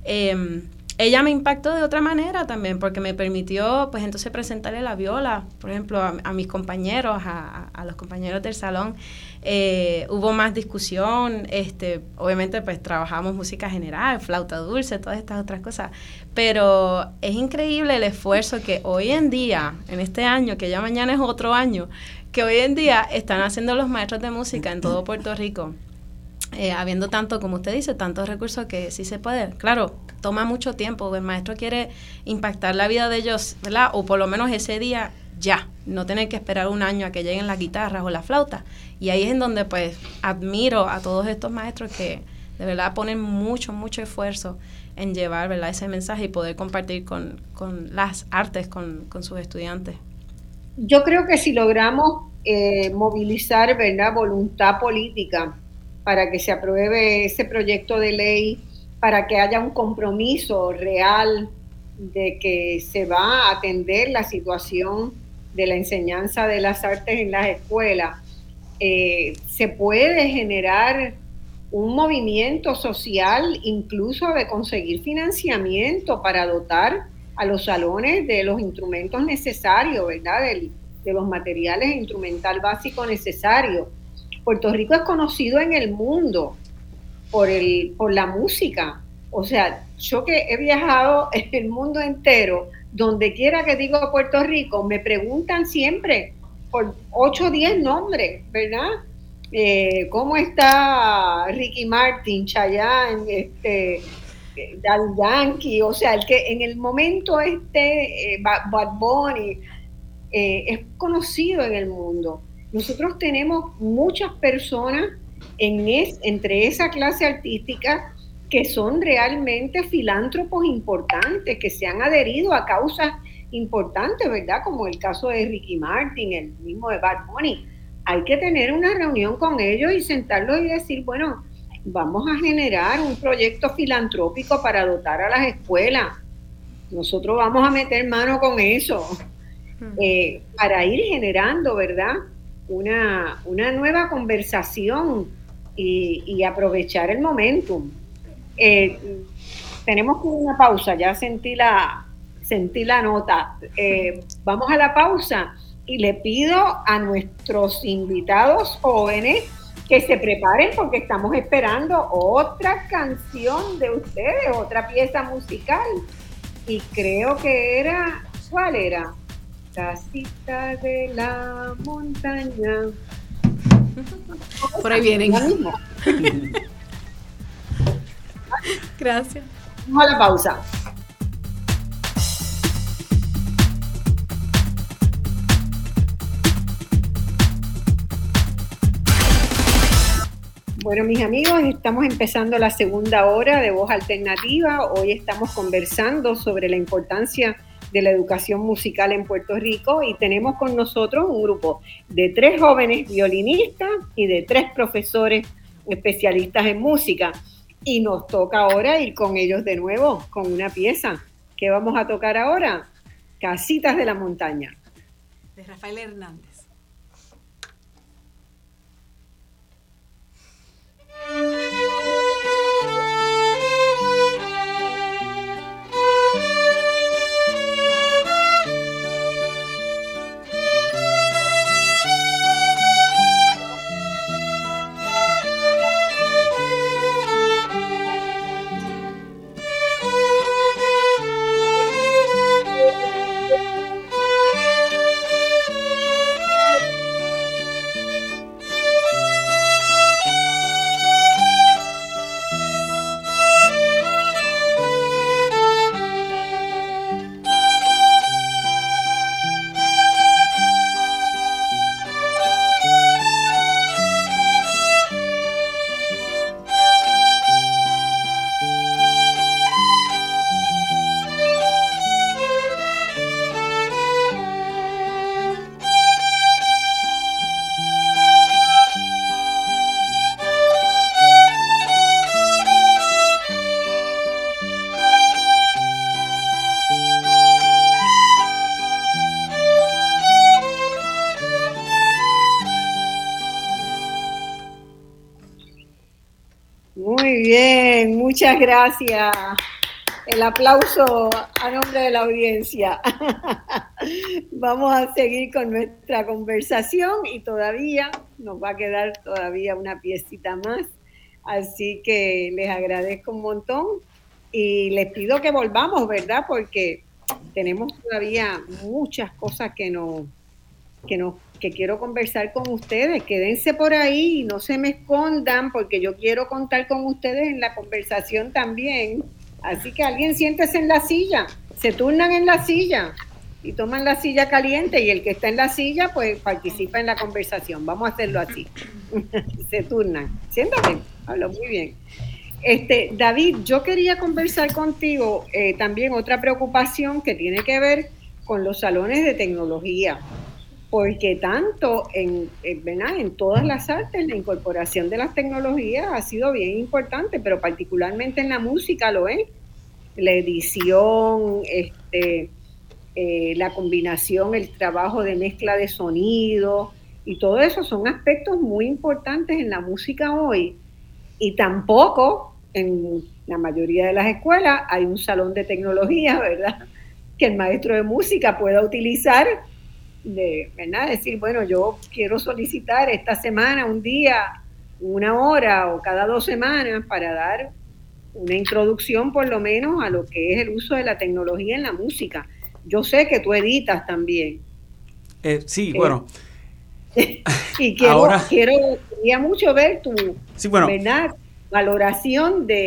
ella me impactó de otra manera también, porque me permitió, pues, entonces presentarle la viola, por ejemplo, a mis compañeros, a los compañeros del salón. Hubo más discusión, obviamente, pues, trabajamos música general, flauta dulce, todas estas otras cosas, pero es increíble el esfuerzo que hoy en día, en este año, que ya mañana es otro año, que hoy en día están haciendo los maestros de música en todo Puerto Rico. Habiendo tanto, como usted dice, tantos recursos que sí se puede. Claro, toma mucho tiempo. El maestro quiere impactar la vida de ellos, ¿verdad? O por lo menos ese día ya, no tener que esperar un año a que lleguen las guitarras o la flauta. Y ahí es en donde, pues, admiro a todos estos maestros que de verdad ponen mucho esfuerzo en llevar, ¿verdad?, ese mensaje y poder compartir con las artes con sus estudiantes. Yo creo que si logramos movilizar, ¿verdad?, voluntad política para que se apruebe ese proyecto de ley, para que haya un compromiso real de que se va a atender la situación de la enseñanza de las artes en las escuelas, se puede generar un movimiento social, incluso de conseguir financiamiento para dotar a los salones de los instrumentos necesarios, ¿verdad?, de los materiales instrumental básico necesarios. Puerto Rico es conocido en el mundo por la música. O sea, yo que he viajado en el mundo entero, donde quiera que digo Puerto Rico, me preguntan siempre por 8 o 10 nombres, ¿verdad? ¿Cómo está Ricky Martin, Chayanne, Daddy Yankee, o sea, el que en el momento Bad Bunny, es conocido en el mundo. Nosotros tenemos muchas personas entre esa clase artística que son realmente filántropos importantes, que se han adherido a causas importantes, ¿verdad? Como el caso de Ricky Martin, el mismo de Bad Bunny. Hay que tener una reunión con ellos y sentarlos y decir, bueno, vamos a generar un proyecto filantrópico para dotar a las escuelas. Nosotros vamos a meter mano con eso, para ir generando, ¿verdad?, una nueva conversación y aprovechar el momentum. Tenemos una pausa, ya sentí la nota. Vamos a la pausa y le pido a nuestros invitados jóvenes que se preparen porque estamos esperando otra canción de ustedes, otra pieza musical. Y creo que era, ¿cuál era? Casita de la montaña. Por ahí vienen. Gracias. Vamos a la pausa. Bueno, mis amigos, estamos empezando la segunda hora de Voz Alternativa. Hoy estamos conversando sobre la importancia de la educación musical en Puerto Rico y tenemos con nosotros un grupo de 3 jóvenes violinistas y de 3 profesores especialistas en música. Y nos toca ahora ir con ellos de nuevo, con una pieza. ¿Qué vamos a tocar ahora? Casitas de la Montaña. De Rafael Hernández. Muy bien, muchas gracias. El aplauso a nombre de la audiencia. Vamos a seguir con nuestra conversación y todavía nos va a quedar todavía una piecita más. Así que les agradezco un montón y les pido que volvamos, ¿verdad? Porque tenemos todavía muchas cosas que quiero conversar con ustedes. Quédense por ahí y no se me escondan porque yo quiero contar con ustedes en la conversación también. Así que alguien siéntese en la silla, se turnan en la silla y toman la silla caliente y el que está en la silla pues participa en la conversación. Vamos a hacerlo así. Se turnan. Siéntate, hablo muy bien. David, yo quería conversar contigo también otra preocupación que tiene que ver con los salones de tecnología. Porque tanto en todas las artes la incorporación de las tecnologías ha sido bien importante, pero particularmente en la música lo es. La edición, la combinación, el trabajo de mezcla de sonido y todo eso son aspectos muy importantes en la música hoy. Y tampoco en la mayoría de las escuelas hay un salón de tecnología, ¿verdad?, que el maestro de música pueda utilizar. ¿Verdad? Decir, bueno, yo quiero solicitar esta semana, un día, 1 hora o cada 2 semanas para dar una introducción por lo menos a lo que es el uso de la tecnología en la música. Yo sé que tú editas también. Sí, bueno. Y quería mucho ver tu ¿verdad? Valoración de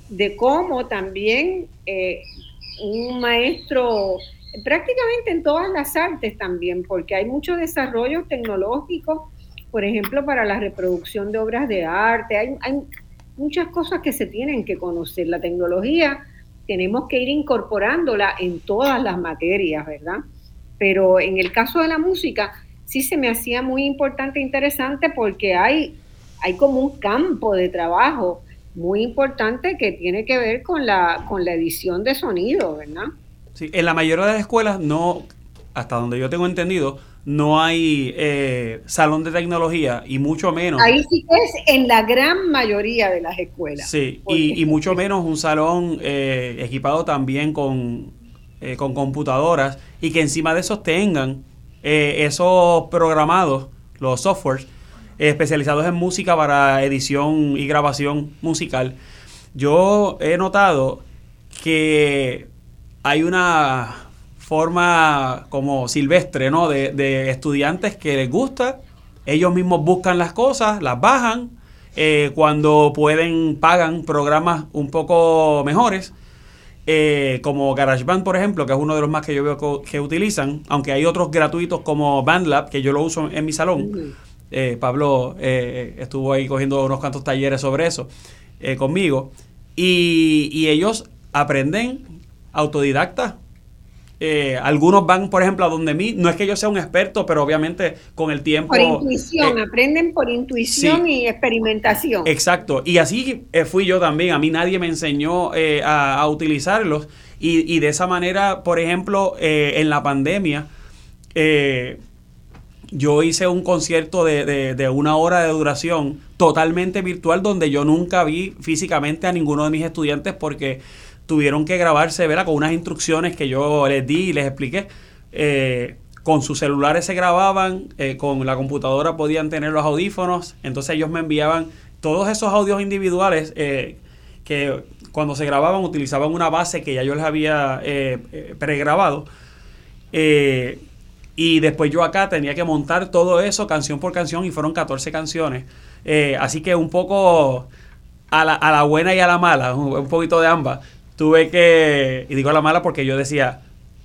de cómo también un maestro, prácticamente en todas las artes también, porque hay mucho desarrollo tecnológico, por ejemplo, para la reproducción de obras de arte, hay muchas cosas que se tienen que conocer. La tecnología tenemos que ir incorporándola en todas las materias, ¿verdad? Pero en el caso de la música, sí se me hacía muy importante e interesante porque hay como un campo de trabajo muy importante que tiene que ver con la edición de sonido, ¿verdad? Sí, en la mayoría de las escuelas no, hasta donde yo tengo entendido, no hay salón de tecnología y mucho menos... Ahí sí que es en la gran mayoría de las escuelas. Sí, y mucho menos un salón equipado también con computadoras y que encima de esos tengan esos programados, los softwares, especializados en música para edición y grabación musical. Yo he notado que hay una forma como silvestre, ¿no? de estudiantes que les gusta, ellos mismos buscan las cosas, las bajan, cuando pueden pagan programas un poco mejores, como GarageBand, por ejemplo, que es uno de los más que yo veo que utilizan, aunque hay otros gratuitos como BandLab, que yo lo uso en mi salón. Pablo estuvo ahí cogiendo unos cuantos talleres sobre eso conmigo, y ellos aprenden autodidacta. Algunos van, por ejemplo, a donde mí, no es que yo sea un experto, pero obviamente con el tiempo... Por intuición, aprenden por intuición, sí, y experimentación. Exacto, y así fui yo también, a mí nadie me enseñó a utilizarlos, y de esa manera, por ejemplo, en la pandemia, yo hice un concierto de 1 hora de duración totalmente virtual, donde yo nunca vi físicamente a ninguno de mis estudiantes porque tuvieron que grabarse, ¿verdad?, con unas instrucciones que yo les di y les expliqué. Con sus celulares se grababan, con la computadora podían tener los audífonos, entonces ellos me enviaban todos esos audios individuales que cuando se grababan utilizaban una base que ya yo les había pregrabado. Y después yo acá tenía que montar todo eso canción por canción y fueron 14 canciones. Así que un poco a la buena y a la mala, un poquito de ambas. Tuve que, y digo a la mala porque yo decía,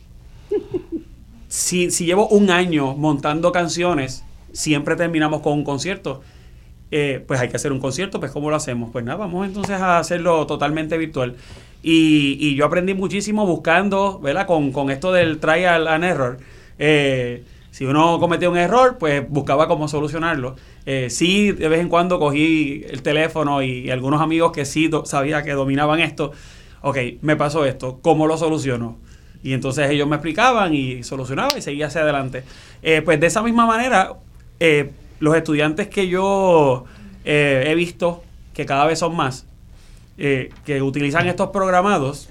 si llevo 1 año montando canciones, siempre terminamos con un concierto. Pues hay que hacer un concierto, pues ¿cómo lo hacemos? Pues nada, vamos entonces a hacerlo totalmente virtual. Y yo aprendí muchísimo buscando, ¿verdad? Con esto del trial and error. Si uno cometía un error, pues buscaba cómo solucionarlo. Sí, de vez en cuando cogí el teléfono y algunos amigos que sí sabía que dominaban esto. Ok, me pasó esto, ¿cómo lo soluciono? Y entonces ellos me explicaban y solucionaba y seguía hacia adelante. Pues de esa misma manera, los estudiantes que yo he visto, que cada vez son más, que utilizan estos programados,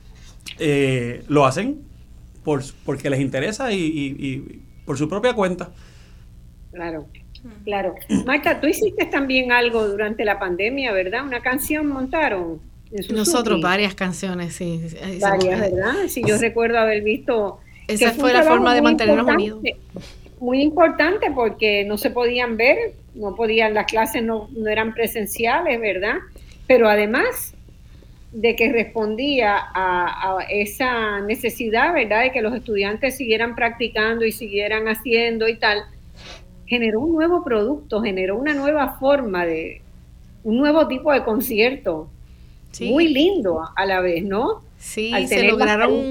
lo hacen porque les interesa y por su propia cuenta. Claro, claro. Marta, tú hiciste también algo durante la pandemia, ¿verdad? Una canción montaron. Nosotros varias canciones, sí. Varias, ¿verdad? Sí, yo recuerdo haber visto... Esa fue la forma de mantenernos unidos. Muy importante porque no se podían ver, las clases no eran presenciales, ¿verdad? Pero además de que respondía a esa necesidad, ¿verdad?, de que los estudiantes siguieran practicando y siguieran haciendo y tal, generó un nuevo producto, generó una nueva forma un nuevo tipo de concierto. Sí. Muy lindo a la vez, ¿no? Sí, se lograron...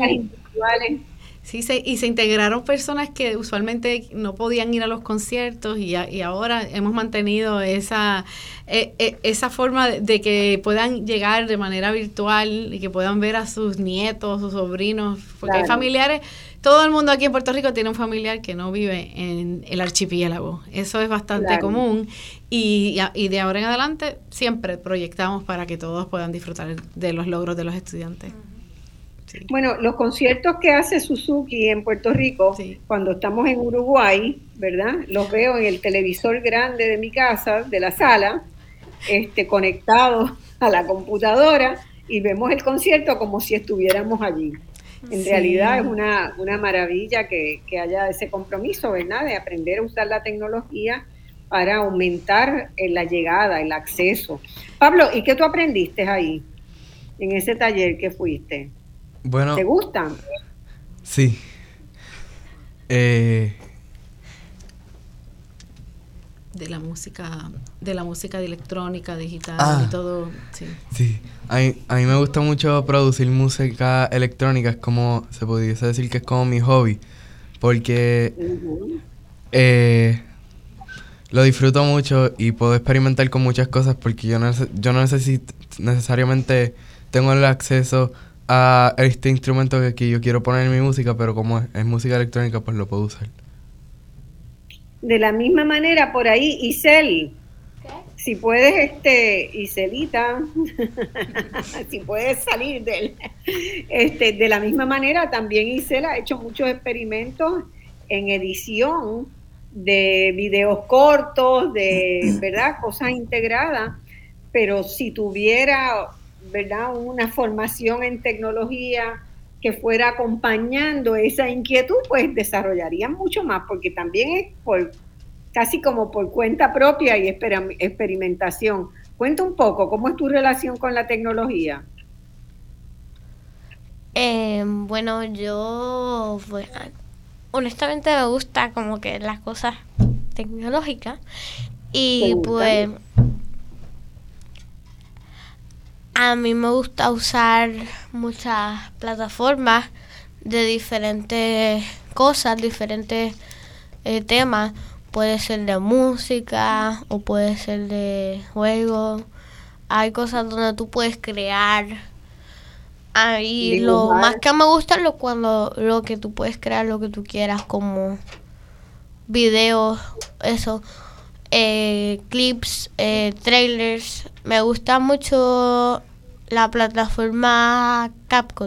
Sí, y se integraron personas que usualmente no podían ir a los conciertos y ahora hemos mantenido esa forma de que puedan llegar de manera virtual y que puedan ver a sus nietos, sus sobrinos, porque claro, hay familiares, todo el mundo aquí en Puerto Rico tiene un familiar que no vive en el archipiélago, eso es bastante claro, común y de ahora en adelante siempre proyectamos para que todos puedan disfrutar de los logros de los estudiantes. Sí. Bueno, los conciertos que hace Suzuki en Puerto Rico, sí, cuando estamos en Uruguay, ¿verdad? Los veo en el televisor grande de mi casa, de la sala, conectado a la computadora y vemos el concierto como si estuviéramos allí. En sí, realidad es una maravilla que haya ese compromiso, ¿verdad? De aprender a usar la tecnología para aumentar la llegada, el acceso. Pablo, ¿y qué tú aprendiste ahí? en ese taller que fuiste? Bueno, ¿Te gustan? sí. De la música de electrónica, digital y todo, sí. Sí, a mí me gusta mucho producir música electrónica, es como, se pudiese decir que es como mi hobby, porque lo disfruto mucho y puedo experimentar con muchas cosas porque yo no necesariamente tengo el acceso a este instrumento que yo quiero poner en mi música, pero como es música electrónica, pues lo puedo usar. De la misma manera, por ahí, Isel, si puedes, Iselita, si puedes salir de la misma manera, también Isel ha hecho muchos experimentos en edición de videos cortos, de, ¿verdad?, cosas integradas, pero si tuviera, ¿verdad?, una formación en tecnología que fuera acompañando esa inquietud, pues desarrollarían mucho más, porque también es casi como por cuenta propia y experimentación. Cuenta un poco, ¿cómo es tu relación con la tecnología? Bueno, yo honestamente me gusta como que las cosas tecnológicas y pues a mí me gusta usar muchas plataformas de diferentes cosas, diferentes temas. Puede ser de música o puede ser de juegos. Hay cosas donde tú puedes crear. Y lo más que me gusta es lo que tú puedes crear, lo que tú quieras, como videos, eso, clips, trailers. Me gusta mucho la plataforma CapCut.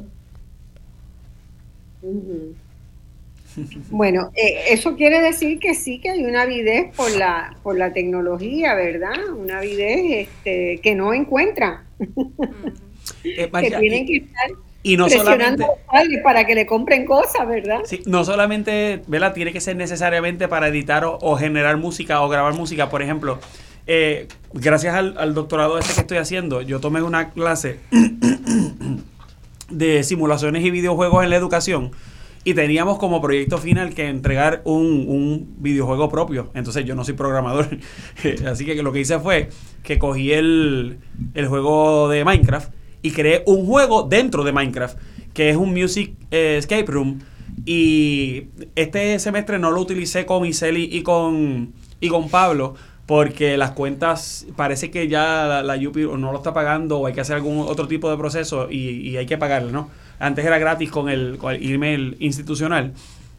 Bueno, eso quiere decir que sí que hay una avidez por la tecnología, ¿verdad? Una avidez que no encuentran. Que tienen que estar presionando a los padres para que le compren cosas, ¿verdad? Sí, no solamente, ¿verdad?, tiene que ser necesariamente para editar o generar música o grabar música. Por ejemplo, gracias al doctorado que estoy haciendo, yo tomé una clase de simulaciones y videojuegos en la educación y teníamos como proyecto final que entregar un videojuego propio. Entonces yo no soy programador, así que lo que hice fue que cogí el juego de Minecraft y creé un juego dentro de Minecraft, que es un Music Escape Room. Y este semestre no lo utilicé con Iseli y con Pablo, porque las cuentas parece que ya la UPI no lo está pagando o hay que hacer algún otro tipo de proceso y hay que pagarle, ¿no? Antes era gratis con el email institucional.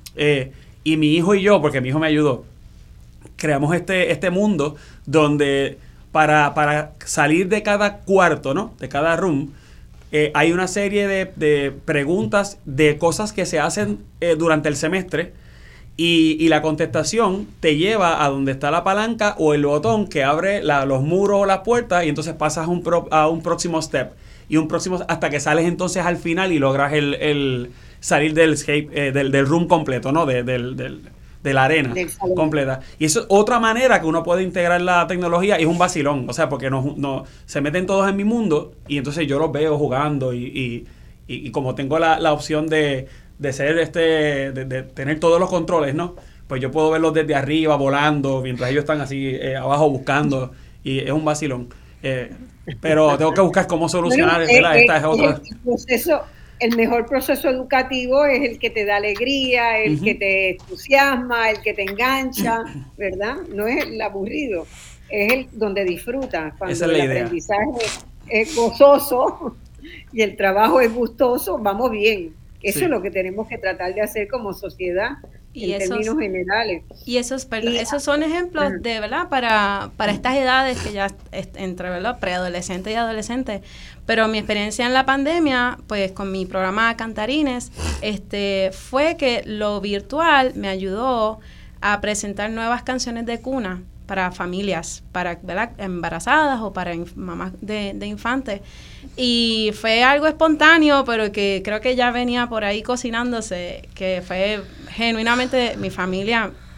Y mi hijo y yo, porque mi hijo me ayudó, creamos este mundo donde para salir de cada cuarto, ¿no?, de cada room, hay una serie de preguntas de cosas que se hacen durante el semestre y la contestación te lleva a donde está la palanca o el botón que abre los muros o las puertas y entonces pasas a un próximo step y un próximo hasta que sales entonces al final y logras el salir del escape, del room completo, ¿no?, de la arena completa. Y eso es otra manera que uno puede integrar la tecnología y es un vacilón, o sea, porque no se meten todos en mi mundo y entonces yo los veo jugando y como tengo la opción de ser de tener todos los controles, ¿no?, pues yo puedo verlos desde arriba volando mientras ellos están así abajo buscando y es un vacilón. Pero tengo que buscar cómo solucionar, ¿verdad? Esta es otra. El mejor proceso educativo es el que te da alegría, el que te entusiasma, el que te engancha, ¿verdad? No es el aburrido, es el donde disfrutas. Cuando el aprendizaje es gozoso y el trabajo es gustoso, vamos bien. Eso es lo que tenemos que tratar de hacer como sociedad en términos generales. Y esos son ejemplos de, ¿verdad?, para estas edades que ya entre, ¿verdad?, preadolescente y adolescente. Pero mi experiencia en la pandemia, pues con mi programa Cantarines, fue que lo virtual me ayudó a presentar nuevas canciones de cuna para familias, para, ¿verdad?, embarazadas o para mamás de infantes. Y fue algo espontáneo, pero que creo que ya venía por ahí cocinándose, que fue genuinamente mi familia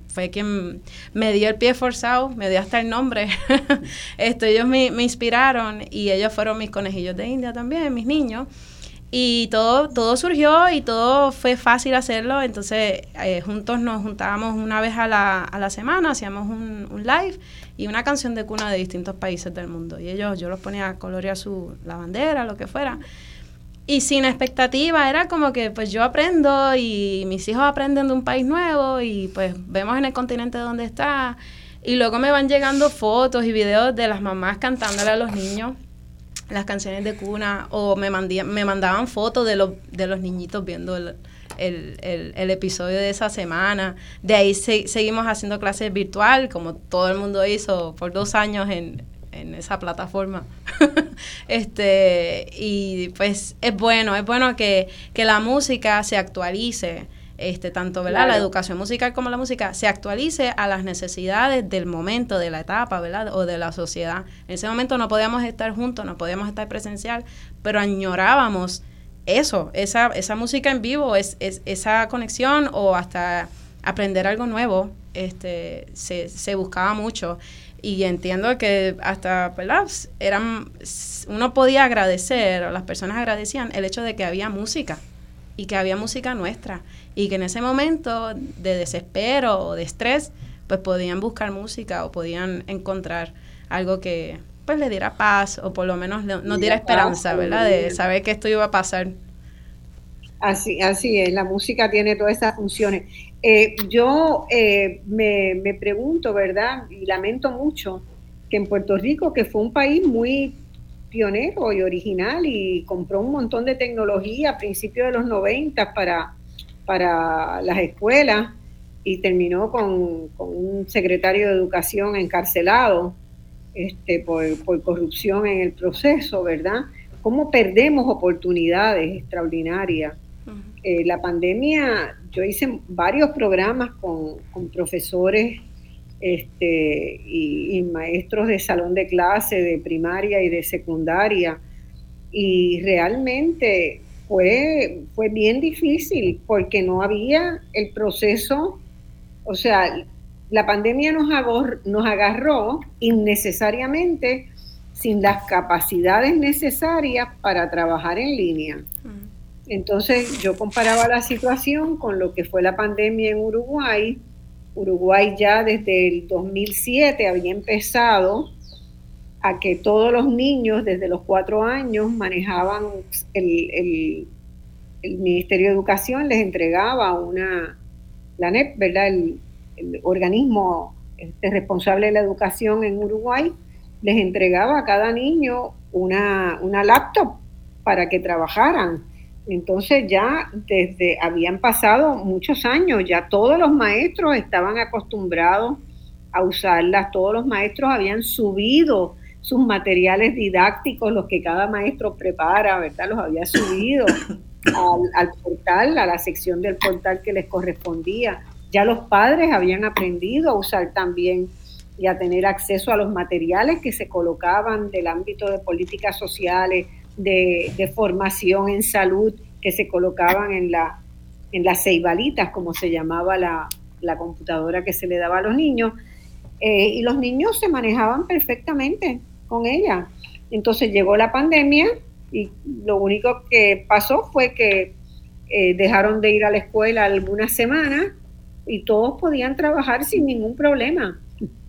fue quien me dio el pie forzado, me dio hasta el nombre. Ellos me inspiraron y ellos fueron mis conejillos de India también, mis niños. Y todo surgió y todo fue fácil hacerlo. Entonces, juntos nos juntábamos una vez a la semana, hacíamos un live y una canción de cuna de distintos países del mundo. Y yo los ponía a colorear la bandera, lo que fuera. Y sin expectativa, era como que pues yo aprendo y mis hijos aprenden de un país nuevo y pues vemos en el continente donde está. Y luego me van llegando fotos y videos de las mamás cantándole a los niños las canciones de cuna, o me mandaban fotos de los niñitos viendo el episodio de esa semana. De ahí seguimos haciendo clases virtual, como todo el mundo hizo por 2 años en esa plataforma. Y pues es bueno que la música se actualice, tanto, ¿verdad? Claro. La educación musical como la música se actualice a las necesidades del momento, de la etapa, ¿verdad? O de la sociedad. En ese momento no podíamos estar juntos, no podíamos estar presencial, pero añorábamos eso, esa música en vivo, esa conexión, o hasta aprender algo nuevo, se buscaba mucho. Y entiendo que hasta, ¿verdad? Uno podía agradecer, o las personas agradecían el hecho de que había música, y que había música nuestra, y que en ese momento de desespero o de estrés, pues podían buscar música o podían encontrar algo que pues le diera paz, o por lo menos nos diera esperanza, ¿verdad? De saber que esto iba a pasar. Así es, la música tiene todas esas funciones. Yo me pregunto, ¿verdad? Y lamento mucho que en Puerto Rico, que fue un país muy pionero y original y compró un montón de tecnología a principios de los 90 para las escuelas, y terminó con un secretario de Educación encarcelado por corrupción en el proceso, ¿verdad? ¿Cómo perdemos oportunidades extraordinarias? La pandemia, yo hice varios programas con profesores y maestros de salón de clase, de primaria y de secundaria, y realmente fue bien difícil porque no había el proceso. O sea, la pandemia nos agarró innecesariamente sin las capacidades necesarias para trabajar en línea. Entonces yo comparaba la situación con lo que fue la pandemia en Uruguay. Uruguay ya desde el 2007 había empezado a que todos los niños desde los 4 años manejaban, el Ministerio de Educación les entregaba la NEP, ¿verdad? El organismo responsable de la educación en Uruguay, les entregaba a cada niño una laptop para que trabajaran. Entonces ya habían pasado muchos años, ya todos los maestros estaban acostumbrados a usarlas, todos los maestros habían subido sus materiales didácticos, los que cada maestro prepara, ¿verdad? Los había subido al portal, a la sección del portal que les correspondía. Ya los padres habían aprendido a usar también y a tener acceso a los materiales que se colocaban del ámbito de políticas sociales, de formación en salud, que se colocaban en las ceibalitas, como se llamaba la computadora que se le daba a los niños, y los niños se manejaban perfectamente con ella. Entonces llegó la pandemia y lo único que pasó fue que dejaron de ir a la escuela algunas semanas y todos podían trabajar sin ningún problema.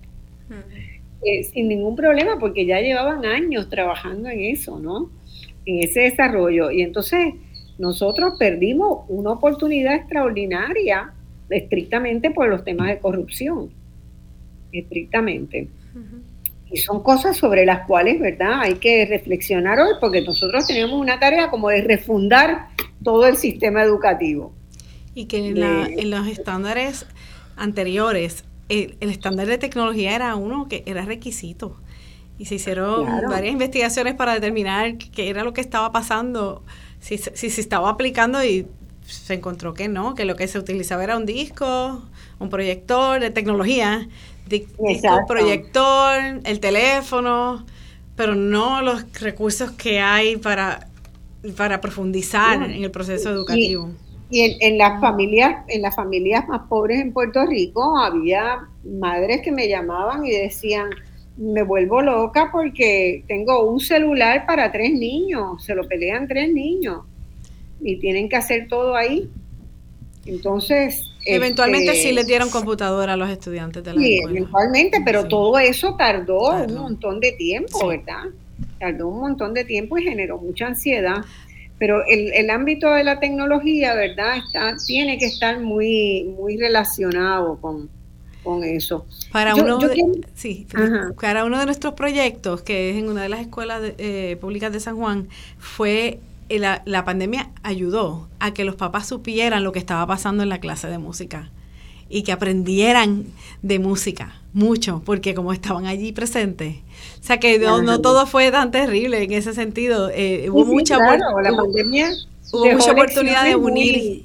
Sin ningún problema, porque ya llevaban años trabajando en eso, ¿no? En ese desarrollo. Y entonces nosotros perdimos una oportunidad extraordinaria estrictamente por los temas de corrupción. Estrictamente. Y son cosas sobre las cuales, ¿verdad?, hay que reflexionar hoy, porque nosotros tenemos una tarea como de refundar todo el sistema educativo. Y que en los estándares anteriores, el estándar de tecnología era uno que era requisito. Y se hicieron varias investigaciones para determinar qué era lo que estaba pasando, si se estaba aplicando, y se encontró que no, que lo que se utilizaba era un disco, un proyector de tecnología, disco, proyector, el teléfono, pero no los recursos que hay para profundizar en el proceso educativo. Y en las familias más pobres en Puerto Rico había madres que me llamaban y decían, me vuelvo loca porque tengo un celular para 3 niños, se lo pelean 3 niños y tienen que hacer todo ahí. Entonces... Eventualmente sí les dieron computadora a los estudiantes de la escuela. Eventualmente, pero sí. Todo eso tardó un montón de tiempo, ¿verdad? Tardó un montón de tiempo y generó mucha ansiedad. Pero el ámbito de la tecnología, ¿verdad? Tiene que estar muy, muy relacionado con eso. Para uno de nuestros proyectos, que es en una de las escuelas públicas de San Juan, fue la pandemia ayudó a que los papás supieran lo que estaba pasando en la clase de música y que aprendieran de música mucho, porque como estaban allí presentes. O sea que no todo fue tan terrible en ese sentido. Hubo mucha oportunidad de unir.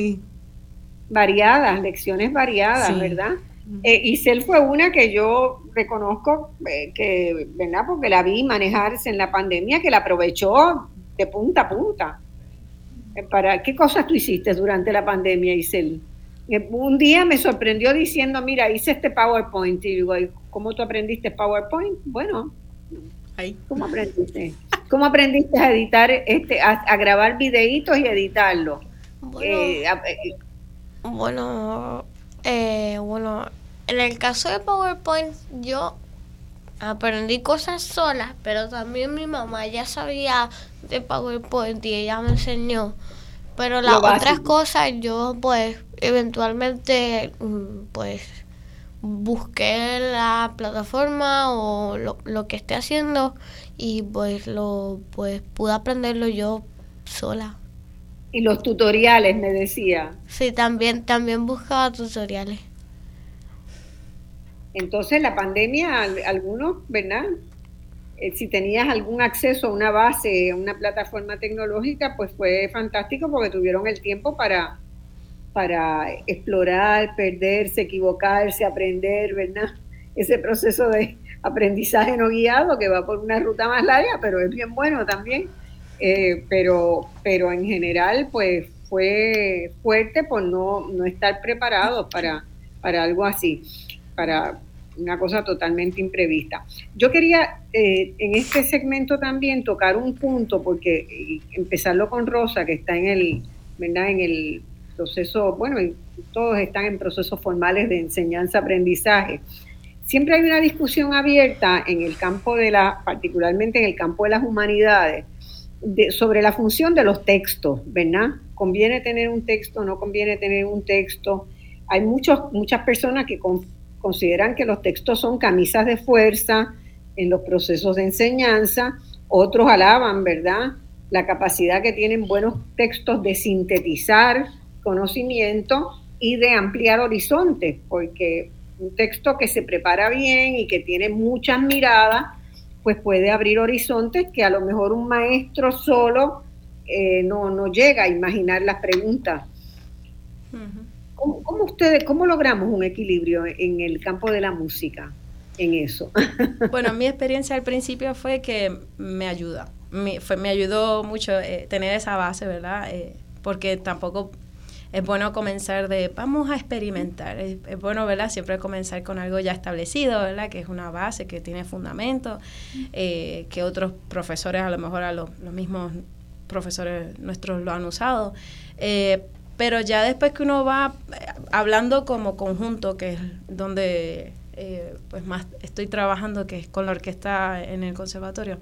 Lecciones variadas, ¿verdad? Isel fue una que yo reconozco que, ¿verdad? Porque la vi manejarse en la pandemia, que la aprovechó de punta a punta. ¿Qué cosas tú hiciste durante la pandemia, Isel? Un día me sorprendió diciendo, mira, hice este PowerPoint. Y digo, ¿cómo tú aprendiste PowerPoint? Bueno, ¿cómo aprendiste? ¿Cómo aprendiste a editar, a grabar videitos y editarlo? Bueno, en el caso de PowerPoint yo aprendí cosas solas, pero también mi mamá ya sabía de PowerPoint y ella me enseñó. Pero las otras cosas yo pues eventualmente pues busqué la plataforma o lo que esté haciendo y pues pude aprenderlo yo sola. Y los tutoriales, me decía. Sí, también buscaba tutoriales. Entonces la pandemia, algunos, ¿verdad? Si tenías algún acceso a una base, a una plataforma tecnológica, pues fue fantástico porque tuvieron el tiempo para explorar, perderse, equivocarse, aprender, ¿verdad? Ese proceso de aprendizaje no guiado que va por una ruta más larga, pero es bien bueno también. Pero en general, pues fue fuerte por no estar preparados para algo así, para una cosa totalmente imprevista. Yo quería en este segmento también tocar un punto, porque empezarlo con Rosa, que está en el proceso, todos están en procesos formales de enseñanza-aprendizaje. Siempre hay una discusión abierta en el campo particularmente en el campo de las humanidades, sobre la función de los textos, ¿verdad? ¿Conviene tener un texto? ¿No conviene tener un texto? Hay muchas personas que consideran que los textos son camisas de fuerza en los procesos de enseñanza. Otros alaban, ¿verdad?, la capacidad que tienen buenos textos de sintetizar conocimiento y de ampliar horizontes, porque un texto que se prepara bien y que tiene muchas miradas, pues puede abrir horizontes que a lo mejor un maestro solo no llega a imaginar las preguntas. Uh-huh. ¿Cómo logramos un equilibrio en el campo de la música, en eso? Bueno, mi experiencia al principio fue que me ayudó mucho tener esa base, ¿verdad? Porque tampoco es bueno comenzar vamos a experimentar. Es bueno, ¿verdad?, siempre comenzar con algo ya establecido, ¿verdad?, que es una base, que tiene fundamento, que otros profesores, a lo mejor a los mismos profesores nuestros lo han usado. Pero ya después que uno va hablando como conjunto, que es donde pues más estoy trabajando, que es con la orquesta en el conservatorio,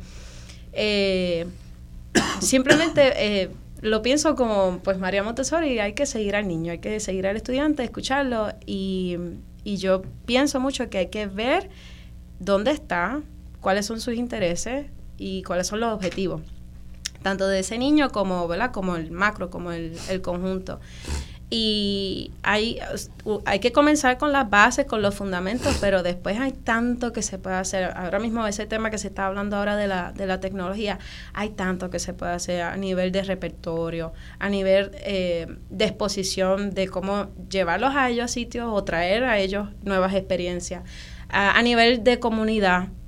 simplemente lo pienso como pues María Montessori, hay que seguir al niño, hay que seguir al estudiante, escucharlo, y yo pienso mucho que hay que ver dónde está, cuáles son sus intereses y cuáles son los objetivos, tanto de ese niño como, ¿verdad?, como el macro, como el conjunto. Y hay que comenzar con las bases, con los fundamentos, pero después hay tanto que se puede hacer. Ahora mismo ese tema que se está hablando ahora de la tecnología, hay tanto que se puede hacer a nivel de repertorio, a nivel de exposición, de cómo llevarlos a ellos a sitios o traer a ellos nuevas experiencias, a nivel de comunidad.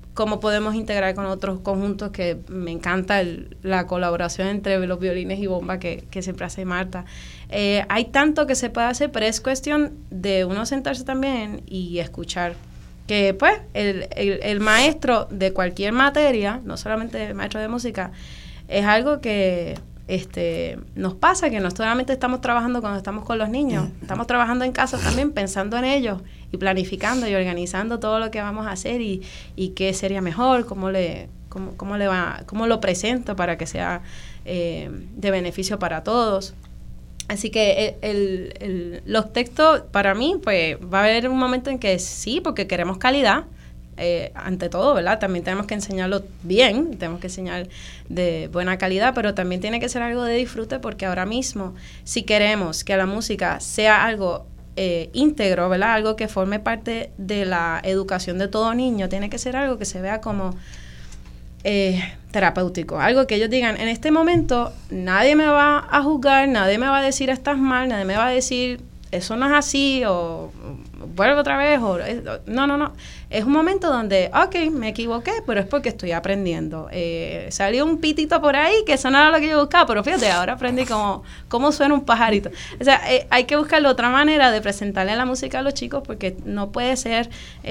cómo podemos integrar con otros conjuntos, que me encanta la colaboración entre los violines y bomba que siempre hace Marta. Hay tanto que se puede hacer, pero es cuestión de uno sentarse también y escuchar. Que pues el maestro de cualquier materia, no solamente el maestro de música, es algo que nos pasa, que no solamente estamos trabajando cuando estamos con los niños, estamos trabajando en casa también, pensando en ellos y planificando y organizando todo lo que vamos a hacer y qué sería mejor, cómo lo presento para que sea de beneficio para todos. Así que los textos, para mí, pues va a haber un momento en que sí, porque queremos calidad, ante todo, ¿verdad? También tenemos que enseñarlo bien, tenemos que enseñar de buena calidad, pero también tiene que ser algo de disfrute, porque ahora mismo, si queremos que la música sea algo íntegro, ¿verdad? Algo que forme parte de la educación de todo niño, tiene que ser algo que se vea como terapéutico, algo que ellos digan, en este momento nadie me va a juzgar, nadie me va a decir estás mal, nadie me va a decir eso no es así, o vuelve otra vez, o no, es un momento donde, ok, me equivoqué, pero es porque estoy aprendiendo, salió un pitito por ahí que eso no era lo que yo buscaba, pero fíjate, ahora aprendí cómo suena un pajarito. O sea, hay que buscar otra manera de presentarle la música a los chicos, porque no puede ser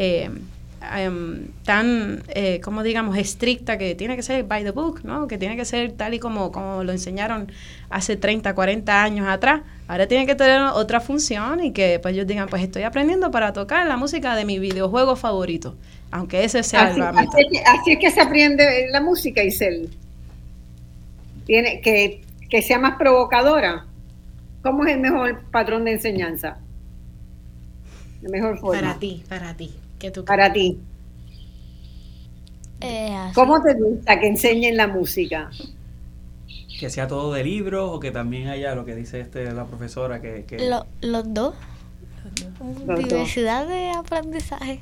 tan, como digamos, estricta, que tiene que ser by the book, ¿no? Que tiene que ser tal y como lo enseñaron hace 30, 40 años atrás. Ahora tiene que tener otra función y que pues ellos digan, pues estoy aprendiendo para tocar la música de mi videojuego favorito, aunque ese sea el ámbito. Así es que se aprende la música, Isel. Tiene que sea más provocadora. ¿Cómo es el mejor patrón de enseñanza? La mejor forma. Para ti. Para ti. ¿Cómo te gusta que enseñen la música? Que sea todo de libros, o que también haya lo que dice la profesora, que... Los dos. Diversidad de aprendizaje.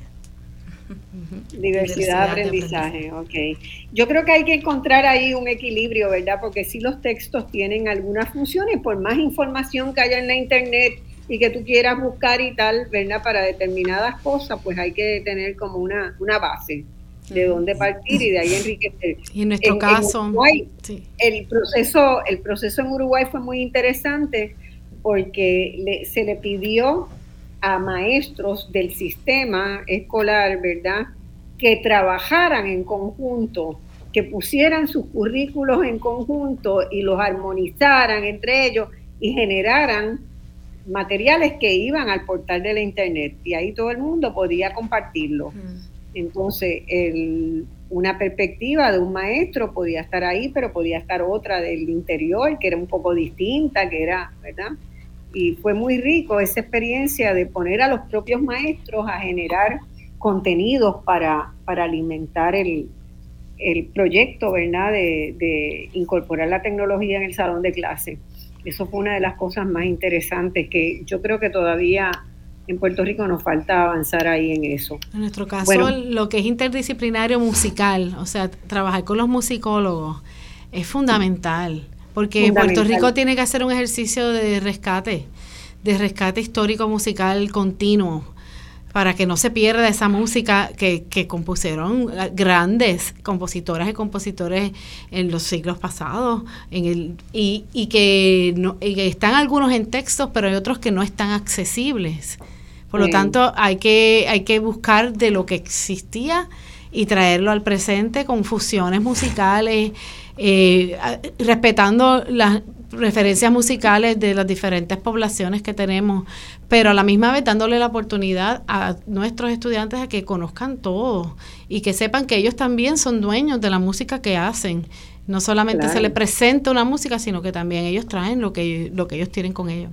Diversidad de aprendizaje, ok. Yo creo que hay que encontrar ahí un equilibrio, ¿verdad? Porque si los textos tienen algunas funciones, por más información que haya en la internet y que tú quieras buscar y tal, ¿verdad? Para determinadas cosas, pues hay que tener como una base de dónde partir y de ahí enriquecer. Y en nuestro caso, en Uruguay, sí. el proceso en Uruguay fue muy interesante, porque se le pidió a maestros del sistema escolar, ¿verdad?, que trabajaran en conjunto, que pusieran sus currículos en conjunto y los armonizaran entre ellos y generaran materiales que iban al portal de la internet, y ahí todo el mundo podía compartirlo. Entonces, una perspectiva de un maestro podía estar ahí, pero podía estar otra del interior, que era un poco distinta, que era, ¿verdad? Y fue muy rico esa experiencia de poner a los propios maestros a generar contenidos para alimentar el proyecto, ¿verdad?, de incorporar la tecnología en el salón de clase. Eso fue una de las cosas más interesantes, que yo creo que todavía en Puerto Rico nos falta avanzar ahí en eso. En nuestro caso, lo que es interdisciplinario musical, o sea, trabajar con los musicólogos es fundamental, porque Puerto Rico tiene que hacer un ejercicio de rescate histórico musical continuo, para que no se pierda esa música que compusieron grandes compositoras y compositores en los siglos pasados, y que están algunos en textos, pero hay otros que no están accesibles. Por lo tanto, hay que buscar de lo que existía y traerlo al presente con fusiones musicales, respetando las referencias musicales de las diferentes poblaciones que tenemos, pero a la misma vez dándole la oportunidad a nuestros estudiantes a que conozcan todo y que sepan que ellos también son dueños de la música que hacen. No solamente se les presenta una música, sino que también ellos traen lo que ellos tienen con ellos.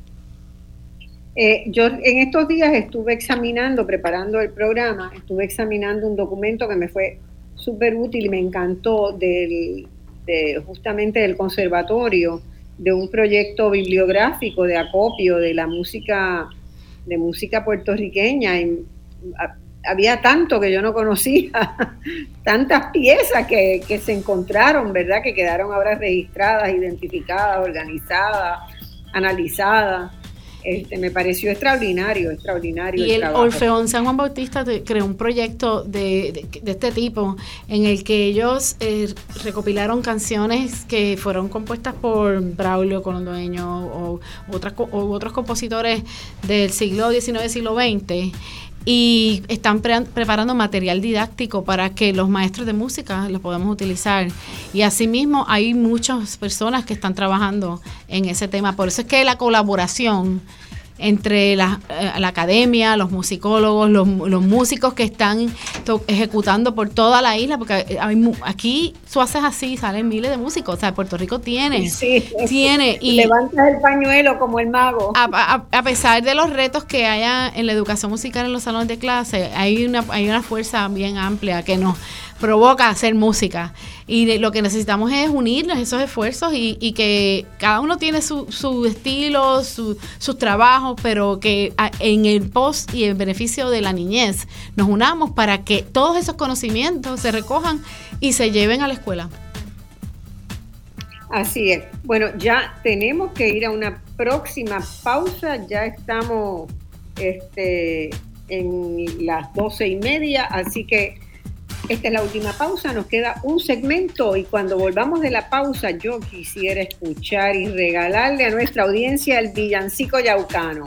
Yo en estos días estuve preparando el programa, estuve examinando un documento que me fue súper útil y me encantó, justamente del conservatorio, de un proyecto bibliográfico de acopio de la música puertorriqueña. Y había tanto que yo no conocía, tantas piezas que se encontraron, ¿verdad?, que quedaron ahora registradas, identificadas, organizadas, analizadas. me pareció extraordinario. Y el Orfeón San Juan Bautista creó un proyecto de este tipo en el que ellos recopilaron canciones que fueron compuestas por Braulio Colondueño o otros compositores del siglo XIX, siglo XX, y están preparando material didáctico para que los maestros de música los podamos utilizar. Y asimismo hay muchas personas que están trabajando en ese tema. Por eso es que la colaboración entre la academia, los musicólogos, los músicos que están ejecutando por toda la isla, porque aquí tú haces así, salen miles de músicos. O sea, Puerto Rico tiene. Y levantas el pañuelo como el mago. A pesar de los retos que haya en la educación musical en los salones de clase, hay una fuerza bien amplia que nos provoca hacer música. Y lo que necesitamos es unir esos esfuerzos y que cada uno tiene su estilo, sus trabajos, pero que en el pos y el beneficio de la niñez nos unamos para que todos esos conocimientos se recojan y se lleven a la escuela. Así es. Bueno, ya tenemos que ir a una próxima pausa. Ya estamos en las 12:30, así que esta es la última pausa, nos queda un segmento y cuando volvamos de la pausa yo quisiera escuchar y regalarle a nuestra audiencia el villancico yaucano.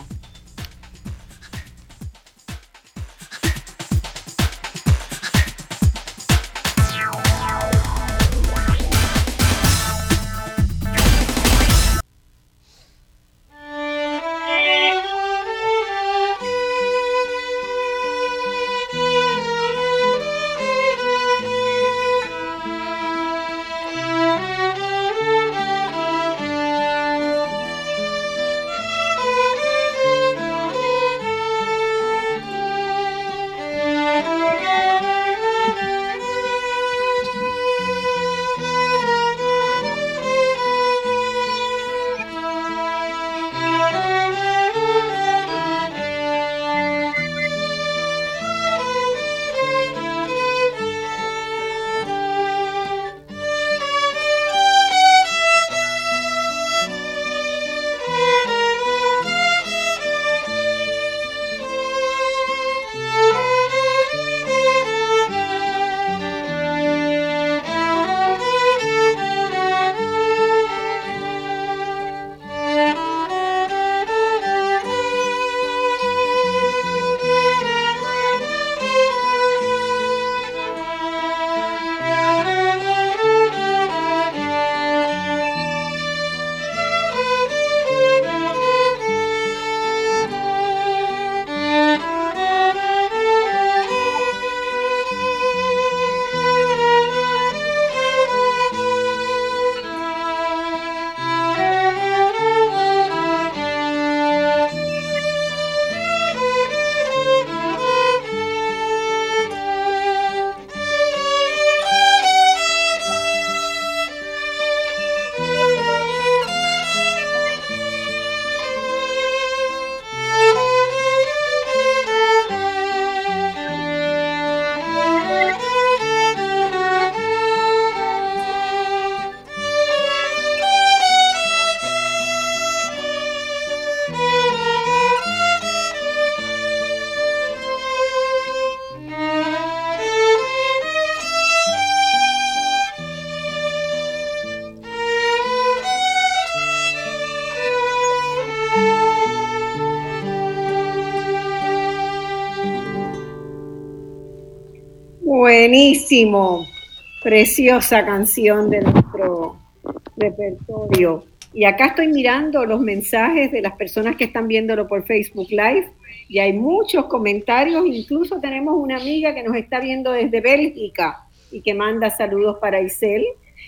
Buenísimo, preciosa canción de nuestro repertorio. Y acá estoy mirando los mensajes de las personas que están viéndolo por Facebook Live y hay muchos comentarios, incluso tenemos una amiga que nos está viendo desde Bélgica y que manda saludos para Isel.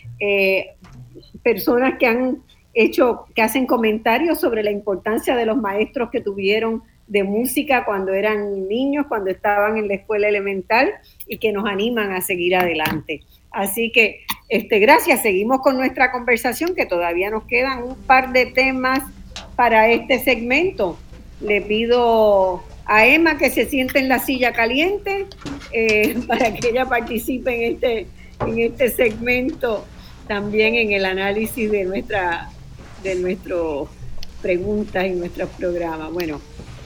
Personas que hacen comentarios sobre la importancia de los maestros que tuvieron de música cuando eran niños, cuando estaban en la escuela elemental y que nos animan a seguir adelante. Así que, gracias. Seguimos con nuestra conversación, que todavía nos quedan un par de temas para este segmento. Le pido a Emma que se siente en la silla caliente para que ella participe en este segmento, también en el análisis de nuestro preguntas y nuestros programas. Bueno,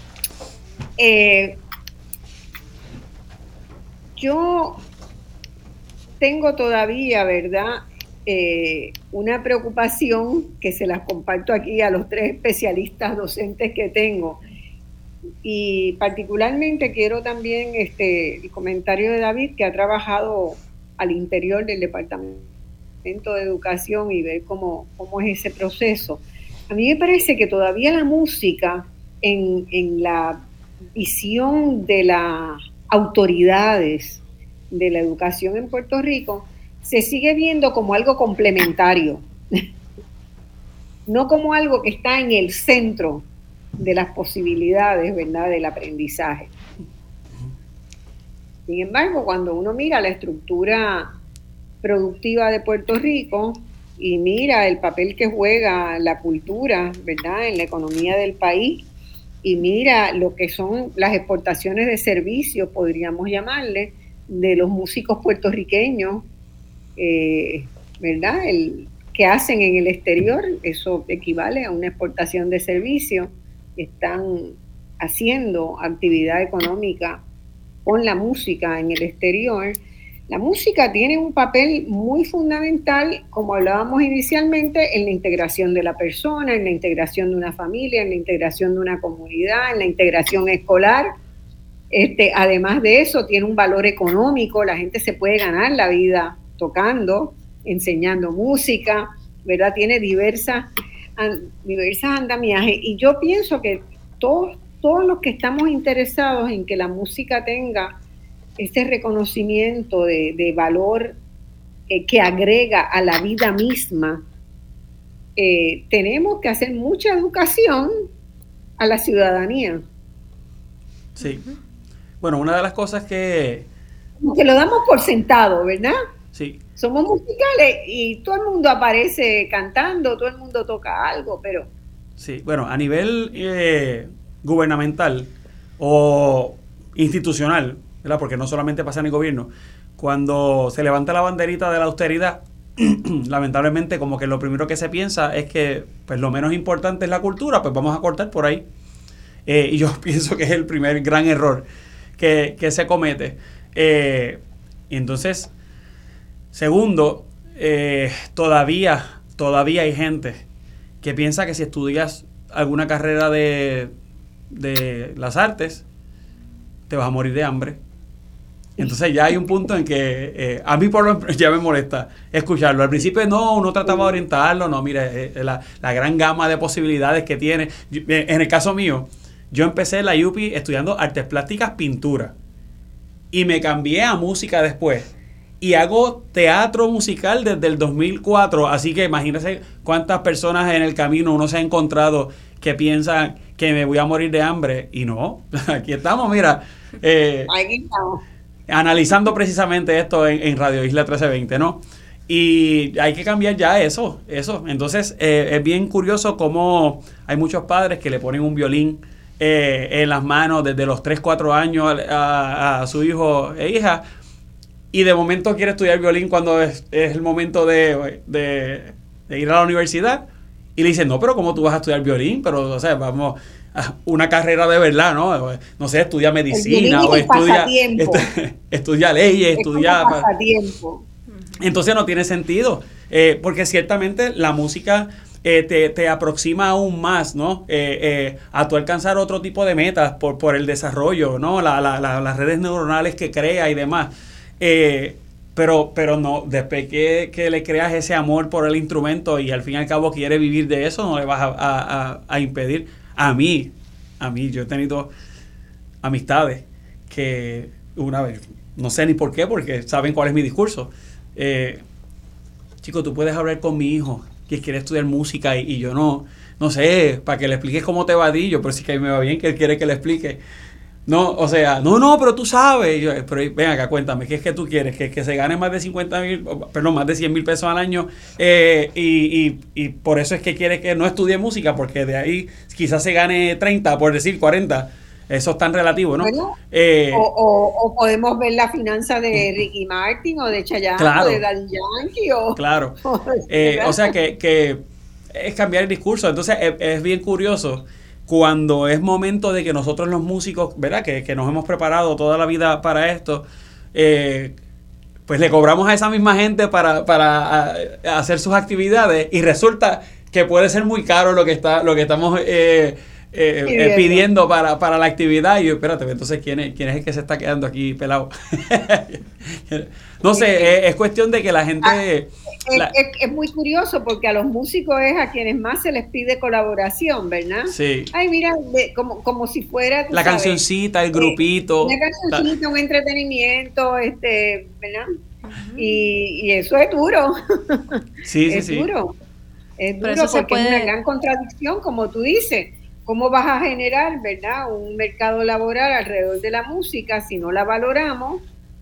yo tengo todavía, ¿verdad?, una preocupación que se las comparto aquí a los 3 especialistas docentes que tengo. Y particularmente quiero también el comentario de David, que ha trabajado al interior del Departamento de Educación y ver cómo es ese proceso. A mí me parece que todavía la música en la visión de las autoridades de la educación en Puerto Rico se sigue viendo como algo complementario, no como algo que está en el centro de las posibilidades, ¿verdad?, del aprendizaje. Sin embargo, cuando uno mira la estructura productiva de Puerto Rico y mira el papel que juega la cultura, ¿verdad?, en la economía del país, y mira lo que son las exportaciones de servicios, podríamos llamarle, de los músicos puertorriqueños, ¿verdad?, que hacen en el exterior, eso equivale a una exportación de servicios. Están haciendo actividad económica con la música en el exterior. La música tiene un papel muy fundamental, como hablábamos inicialmente, en la integración de la persona, en la integración de una familia, en la integración de una comunidad, en la integración escolar. Además de eso, tiene un valor económico, la gente se puede ganar la vida tocando, enseñando música, ¿verdad? Tiene diversas andamiajes, y yo pienso que todos los que estamos interesados en que la música tenga ese reconocimiento de valor que agrega a la vida misma, tenemos que hacer mucha educación a la ciudadanía. Sí. Bueno, una de las cosas que lo damos por sentado, ¿verdad? Sí. Somos musicales y todo el mundo aparece cantando, todo el mundo toca algo, pero... Sí, bueno, a nivel gubernamental o institucional, ¿verdad?, porque no solamente pasa en el gobierno, cuando se levanta la banderita de la austeridad, lamentablemente como que lo primero que se piensa es que pues lo menos importante es la cultura, pues vamos a cortar por ahí. Y yo pienso que es el primer gran error que se comete. Y entonces, segundo, todavía hay gente que piensa que si estudias alguna carrera de las artes, te vas a morir de hambre. Entonces ya hay un punto en que a mí por lo menos ya me molesta escucharlo. Al principio uno trataba de orientarlo, no, mire, la gran gama de posibilidades que tiene. En el caso mío, yo empecé la UPI estudiando artes plásticas, pintura, y me cambié a música después. Y hago teatro musical desde el 2004, así que imagínense cuántas personas en el camino uno se ha encontrado que piensan que me voy a morir de hambre, y no, aquí estamos, mira, aquí estamos, analizando precisamente esto en Radio Isla 1320, ¿no? Y hay que cambiar ya eso. Entonces, es bien curioso cómo hay muchos padres que le ponen un violín en las manos desde los 3, 4 años a su hijo e hija, y de momento quiere estudiar violín cuando es el momento de ir a la universidad, y le dicen, no, pero ¿cómo tú vas a estudiar violín? Pero, o sea, vamos a una carrera de verdad, ¿no? No sé, estudia medicina o estudia leyes, estudia... pasatiempo. Entonces no tiene sentido, porque ciertamente la música te aproxima aún más, ¿no? A tu alcanzar otro tipo de metas por el desarrollo, ¿no? Las redes neuronales que crea y demás. Pero no, después que le creas ese amor por el instrumento y al fin y al cabo quiere vivir de eso, no le vas a impedir. A mí, yo he tenido amistades que una vez, no sé ni por qué, porque saben cuál es mi discurso. Chico, tú puedes hablar con mi hijo que quiere estudiar música y yo no sé, para que le expliques cómo te va a yo, pero sí que a mí me va bien que él quiere que le explique. No, o sea, no, pero tú sabes. Pero ven acá, cuéntame, ¿qué es que tú quieres? Que se gane más de 100,000 pesos al año, y por eso es que quieres que no estudie música, porque de ahí quizás se gane 30, por decir 40. Eso es tan relativo, ¿no? Bueno, o podemos ver la finanza de Ricky Martin o de Chayanne, claro, o de Daddy Yankee. Claro. O sea que es cambiar el discurso. Entonces es bien curioso cuando es momento de que nosotros los músicos, ¿verdad? Que nos hemos preparado toda la vida para esto, pues le cobramos a esa misma gente para hacer sus actividades y resulta que puede ser muy caro lo que estamos pidiendo para la actividad. Y yo, espérate, entonces ¿quién es el que se está quedando aquí pelado? No sé, es cuestión de que la gente... Es muy curioso porque a los músicos es a quienes más se les pide colaboración, ¿verdad? Sí. Ay, mira, como si fuera... La cancioncita, el grupito. Una cancioncita, un entretenimiento, ¿verdad? Y eso es duro. Sí, es duro. Es duro porque es una gran contradicción, como tú dices. ¿Cómo vas a generar, verdad, un mercado laboral alrededor de la música si no la valoramos?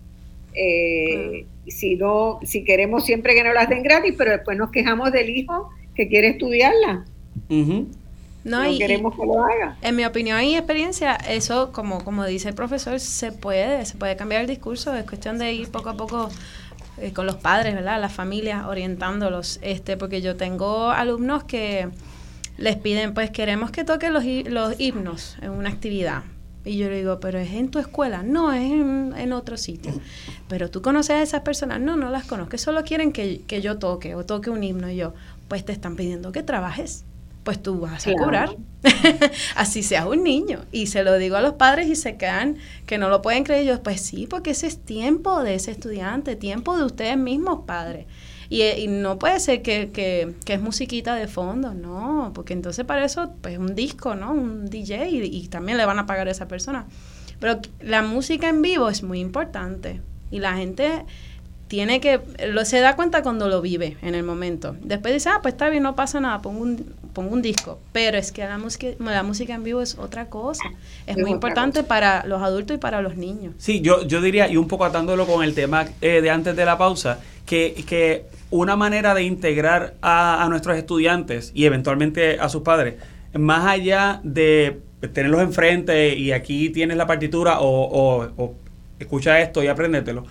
Si queremos siempre que nos las den gratis, pero después nos quejamos del hijo que quiere estudiarla. No queremos que lo haga. En mi opinión y experiencia, eso, como dice el profesor, se puede cambiar el discurso. Es cuestión de ir poco a poco con los padres, ¿verdad? Las familias, orientándolos. Porque yo tengo alumnos que les piden, pues queremos que toquen los himnos en una actividad. Y yo le digo, pero es en tu escuela, no, es en otro sitio. Pero tú conoces a esas personas, no las conozco, solo quieren que yo toque o toque un himno. Y yo, pues te están pidiendo que trabajes, pues tú vas a cobrar, así seas un niño. Y se lo digo a los padres y se quedan que no lo pueden creer. Yo, pues sí, porque ese es tiempo de ese estudiante, tiempo de ustedes mismos, padres. Y no puede ser que es musiquita de fondo, no, porque entonces para eso, pues un disco, ¿no? Un DJ y también le van a pagar a esa persona. Pero la música en vivo es muy importante y la gente se da cuenta cuando lo vive en el momento. Después dice, pues está bien, no pasa nada, pongo un disco. Pero es que la música en vivo es otra cosa. Es muy importante para los adultos y para los niños. Sí, yo diría, y un poco atándolo con el tema de antes de la pausa, que una manera de integrar a nuestros estudiantes y eventualmente a sus padres, más allá de tenerlos enfrente y aquí tienes la partitura o escucha esto y apréndetelo,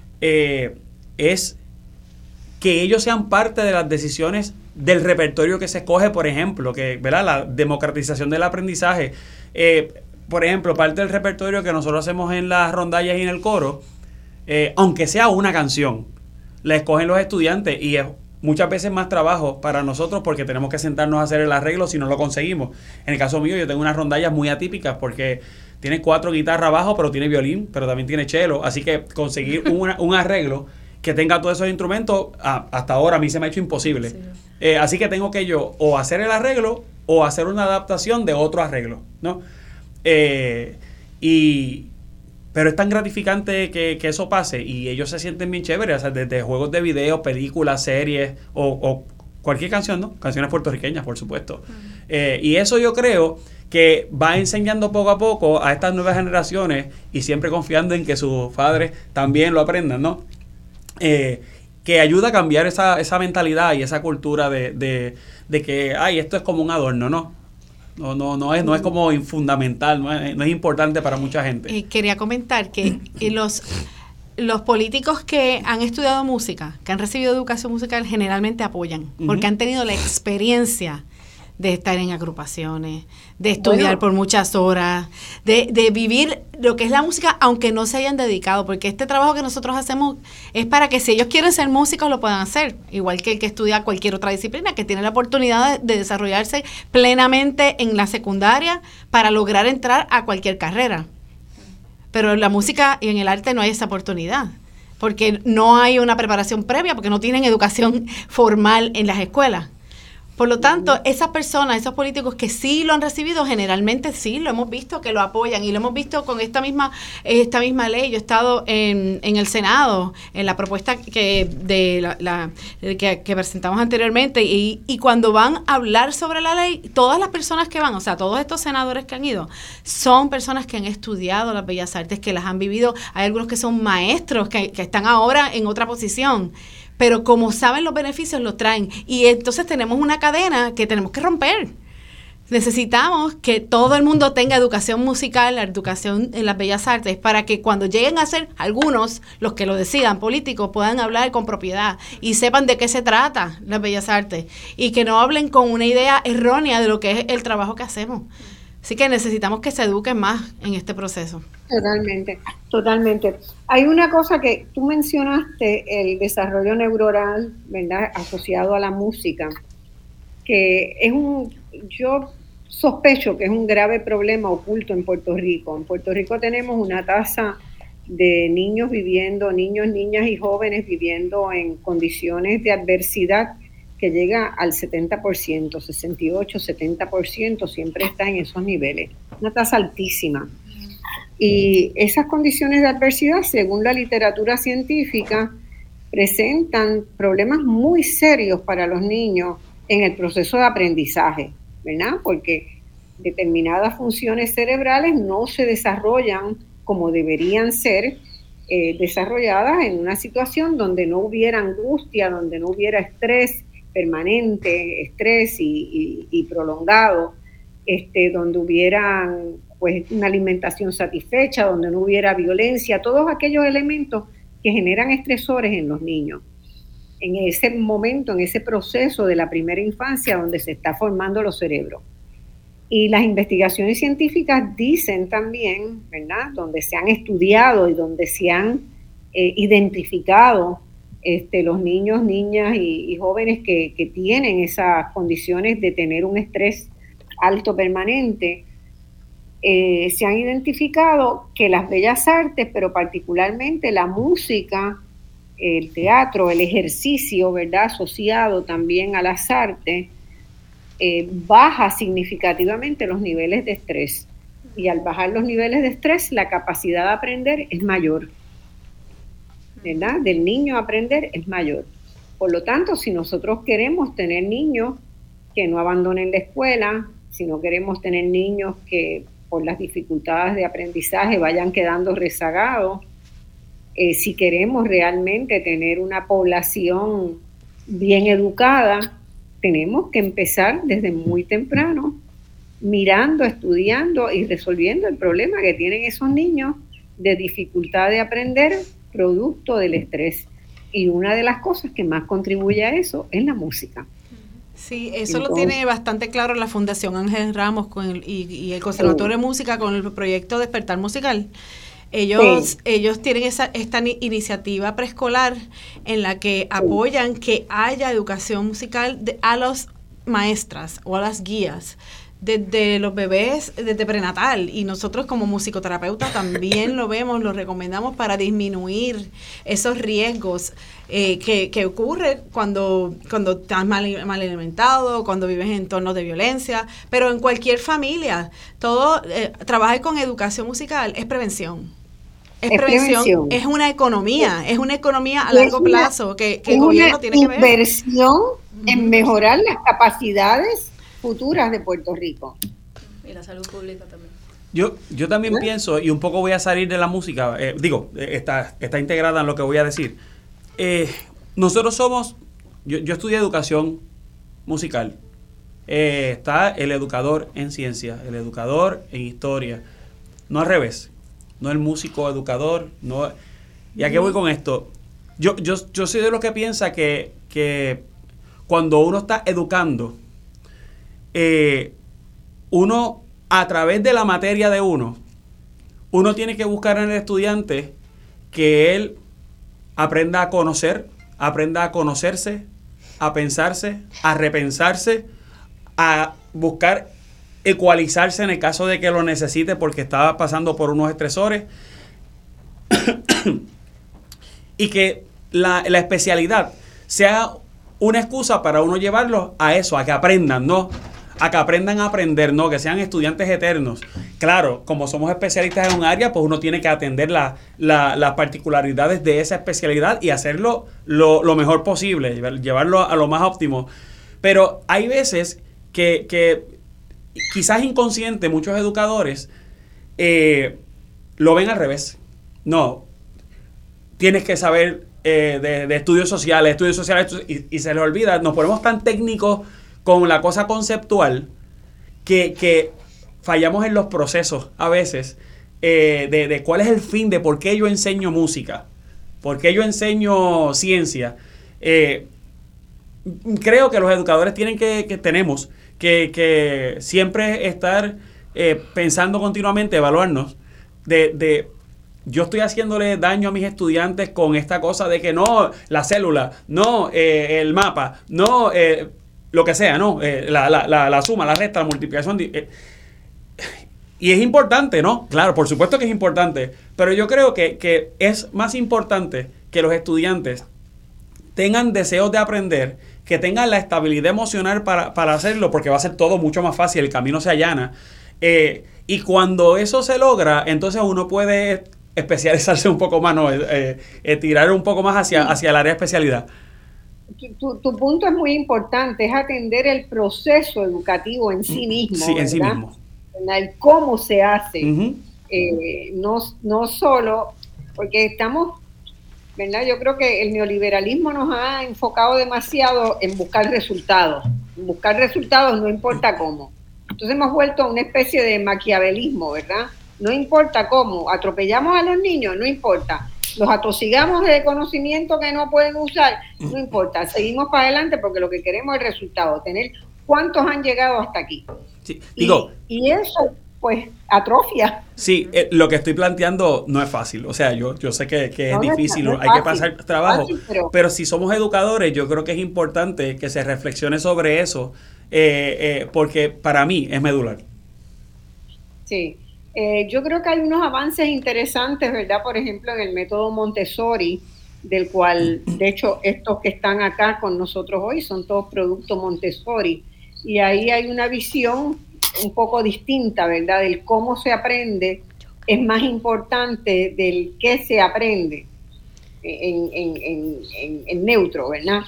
es que ellos sean parte de las decisiones del repertorio que se escoge, por ejemplo, ¿verdad? La democratización del aprendizaje. Por ejemplo, parte del repertorio que nosotros hacemos en las rondallas y en el coro, aunque sea una canción, la escogen los estudiantes y es muchas veces más trabajo para nosotros porque tenemos que sentarnos a hacer el arreglo si no lo conseguimos. En el caso mío, yo tengo unas rondallas muy atípicas porque tiene 4 guitarras abajo, pero tiene violín, pero también tiene cello, así que conseguir un arreglo que tenga todos esos instrumentos, hasta ahora a mí se me ha hecho imposible. Sí. Así que tengo que yo o hacer el arreglo o hacer una adaptación de otro arreglo, ¿no? Pero es tan gratificante que eso pase y ellos se sienten bien chéveres, o sea, desde juegos de video, películas, series o cualquier canción, ¿no? Canciones puertorriqueñas, por supuesto. Y eso yo creo que va enseñando poco a poco a estas nuevas generaciones y siempre confiando en que sus padres también lo aprendan, ¿no? Que ayuda a cambiar esa mentalidad y esa cultura de que, esto es como un adorno, ¿no? No es como fundamental, no es importante para mucha gente. Quería comentar que los políticos que han estudiado música, que han recibido educación musical, generalmente apoyan, porque han tenido la experiencia de estar en agrupaciones, de estudiar por muchas horas, de vivir lo que es la música, aunque no se hayan dedicado, porque este trabajo que nosotros hacemos es para que si ellos quieren ser músicos lo puedan hacer, igual que el que estudia cualquier otra disciplina, que tiene la oportunidad de desarrollarse plenamente en la secundaria para lograr entrar a cualquier carrera. Pero en la música y en el arte no hay esa oportunidad, porque no hay una preparación previa, porque no tienen educación formal en las escuelas. Por lo tanto, esas personas, esos políticos que sí lo han recibido, generalmente sí, lo hemos visto que lo apoyan y lo hemos visto con esta misma ley. Yo he estado en el Senado, en la propuesta que presentamos anteriormente y cuando van a hablar sobre la ley, todas las personas que van, o sea, todos estos senadores que han ido, son personas que han estudiado las bellas artes, que las han vivido. Hay algunos que son maestros, que están ahora en otra posición. Pero como saben los beneficios, los traen. Y entonces tenemos una cadena que tenemos que romper. necesitamos que todo el mundo tenga educación musical, la educación en las bellas artes, para que cuando lleguen a ser algunos, los que lo decidan, políticos, puedan hablar con propiedad y sepan de qué se trata las bellas artes y que no hablen con una idea errónea de lo que es el trabajo que hacemos. Así que necesitamos que se eduquen más en este proceso. Totalmente, totalmente. Hay una cosa que tú mencionaste, el desarrollo neuronal, ¿verdad?, asociado a la música, que es yo sospecho que es un grave problema oculto en Puerto Rico. En Puerto Rico tenemos una tasa de niños, niñas y jóvenes viviendo en condiciones de adversidad que llega al 70%, 68, 70%, siempre está en esos niveles. Una tasa altísima. Y esas condiciones de adversidad, según la literatura científica, presentan problemas muy serios para los niños en el proceso de aprendizaje, ¿verdad? Porque determinadas funciones cerebrales no se desarrollan como deberían ser desarrolladas en una situación donde no hubiera angustia, donde no hubiera estrés permanente, estrés y prolongado, donde hubiera pues una alimentación satisfecha, donde no hubiera violencia, todos aquellos elementos que generan estresores en los niños. En ese momento, en ese proceso de la primera infancia donde se está formando los cerebros. Y las investigaciones científicas dicen también, ¿verdad?, donde se han estudiado y donde se han identificado los niños, niñas y jóvenes que tienen esas condiciones de tener un estrés alto permanente, se han identificado que las bellas artes, pero particularmente la música, el teatro, el ejercicio, ¿verdad?, asociado también a las artes, baja significativamente los niveles de estrés. Y al bajar los niveles de estrés, la capacidad de aprender es mayor, ¿verdad? Del niño a aprender es mayor. Por lo tanto, si nosotros queremos tener niños que no abandonen la escuela, si no queremos tener niños que por las dificultades de aprendizaje vayan quedando rezagados, si queremos realmente tener una población bien educada, tenemos que empezar desde muy temprano, mirando, estudiando y resolviendo el problema que tienen esos niños de dificultad de aprender producto del estrés. Y una de las cosas que más contribuye a eso es la música. Sí, eso lo tiene bastante claro la Fundación Ángel Ramos y el Conservatorio de Música con el proyecto Despertar Musical. Ellos tienen esta iniciativa preescolar en la que apoyan que haya educación musical a las maestras o a las guías desde los bebés, desde prenatal, y nosotros como musicoterapeutas también lo vemos, lo recomendamos para disminuir esos riesgos que ocurren cuando estás mal alimentado, cuando vives en entornos de violencia, pero en cualquier familia, trabajar con educación musical es prevención. Es prevención, es una economía a largo plazo que el gobierno tiene que ver. Es una inversión en mejorar las capacidades futuras de Puerto Rico. Y la salud pública también. Yo también pienso, y un poco voy a salir de la música, está integrada en lo que voy a decir. Nosotros somos, yo estudié educación musical. Está el educador en ciencia, el educador en historia, no al revés. No el músico educador, no. ¿Y a qué voy con esto? Yo soy de los que piensa que cuando uno está educando, uno, a través de la materia de uno tiene que buscar en el estudiante que él aprenda a conocer, aprenda a conocerse, a pensarse, a repensarse, a buscar ecualizarse en el caso de que lo necesite porque estaba pasando por unos estresores y que la especialidad sea una excusa para uno llevarlos a eso, a que aprendan, ¿no? A que aprendan a aprender, ¿no? Que sean estudiantes eternos. Claro, como somos especialistas en un área, pues uno tiene que atender las particularidades de esa especialidad y hacerlo lo mejor posible, llevarlo a lo más óptimo. Pero hay veces que quizás inconsciente, muchos educadores lo ven al revés. No, tienes que saber de estudios sociales y se les olvida. Nos ponemos tan técnicos con la cosa conceptual que fallamos en los procesos a veces de cuál es el fin, de por qué yo enseño música, por qué yo enseño ciencia. Creo que los educadores tenemos que siempre estar pensando continuamente, evaluarnos de yo estoy haciéndole daño a mis estudiantes con esta cosa de que no, la célula, no, el mapa, no, lo que sea, no, la suma, la resta, la multiplicación. Y es importante, ¿no? Claro, por supuesto que es importante, pero yo creo que es más importante que los estudiantes tengan deseos de aprender, que tengan la estabilidad emocional para hacerlo, porque va a ser todo mucho más fácil, el camino se allana. Y cuando eso se logra, entonces uno puede especializarse un poco más, ¿no? Tirar un poco más hacia el área de especialidad. Tu punto es muy importante, es atender el proceso educativo en sí mismo. Sí, en sí mismo. El cómo se hace. Uh-huh. No solo, porque estamos, ¿verdad? Yo creo que el neoliberalismo nos ha enfocado demasiado en buscar resultados. En buscar resultados no importa cómo. Entonces hemos vuelto a una especie de maquiavelismo, ¿verdad? No importa cómo, atropellamos a los niños, no importa. Los atosigamos de conocimiento que no pueden usar, no importa. Seguimos para adelante porque lo que queremos es el resultado, tener cuántos han llegado hasta aquí. Sí, digo, y eso, pues, atrofia. Sí, lo que estoy planteando no es fácil. O sea, yo sé que es difícil, hay que pasar trabajo. Fácil, pero si somos educadores, yo creo que es importante que se reflexione sobre eso, porque para mí es medular. Sí. Yo creo que hay unos avances interesantes, ¿verdad? Por ejemplo, en el método Montessori, del cual, de hecho, estos que están acá con nosotros hoy son todos productos Montessori. Y ahí hay una visión un poco distinta, ¿verdad? Del cómo se aprende es más importante del qué se aprende en neutro, ¿verdad?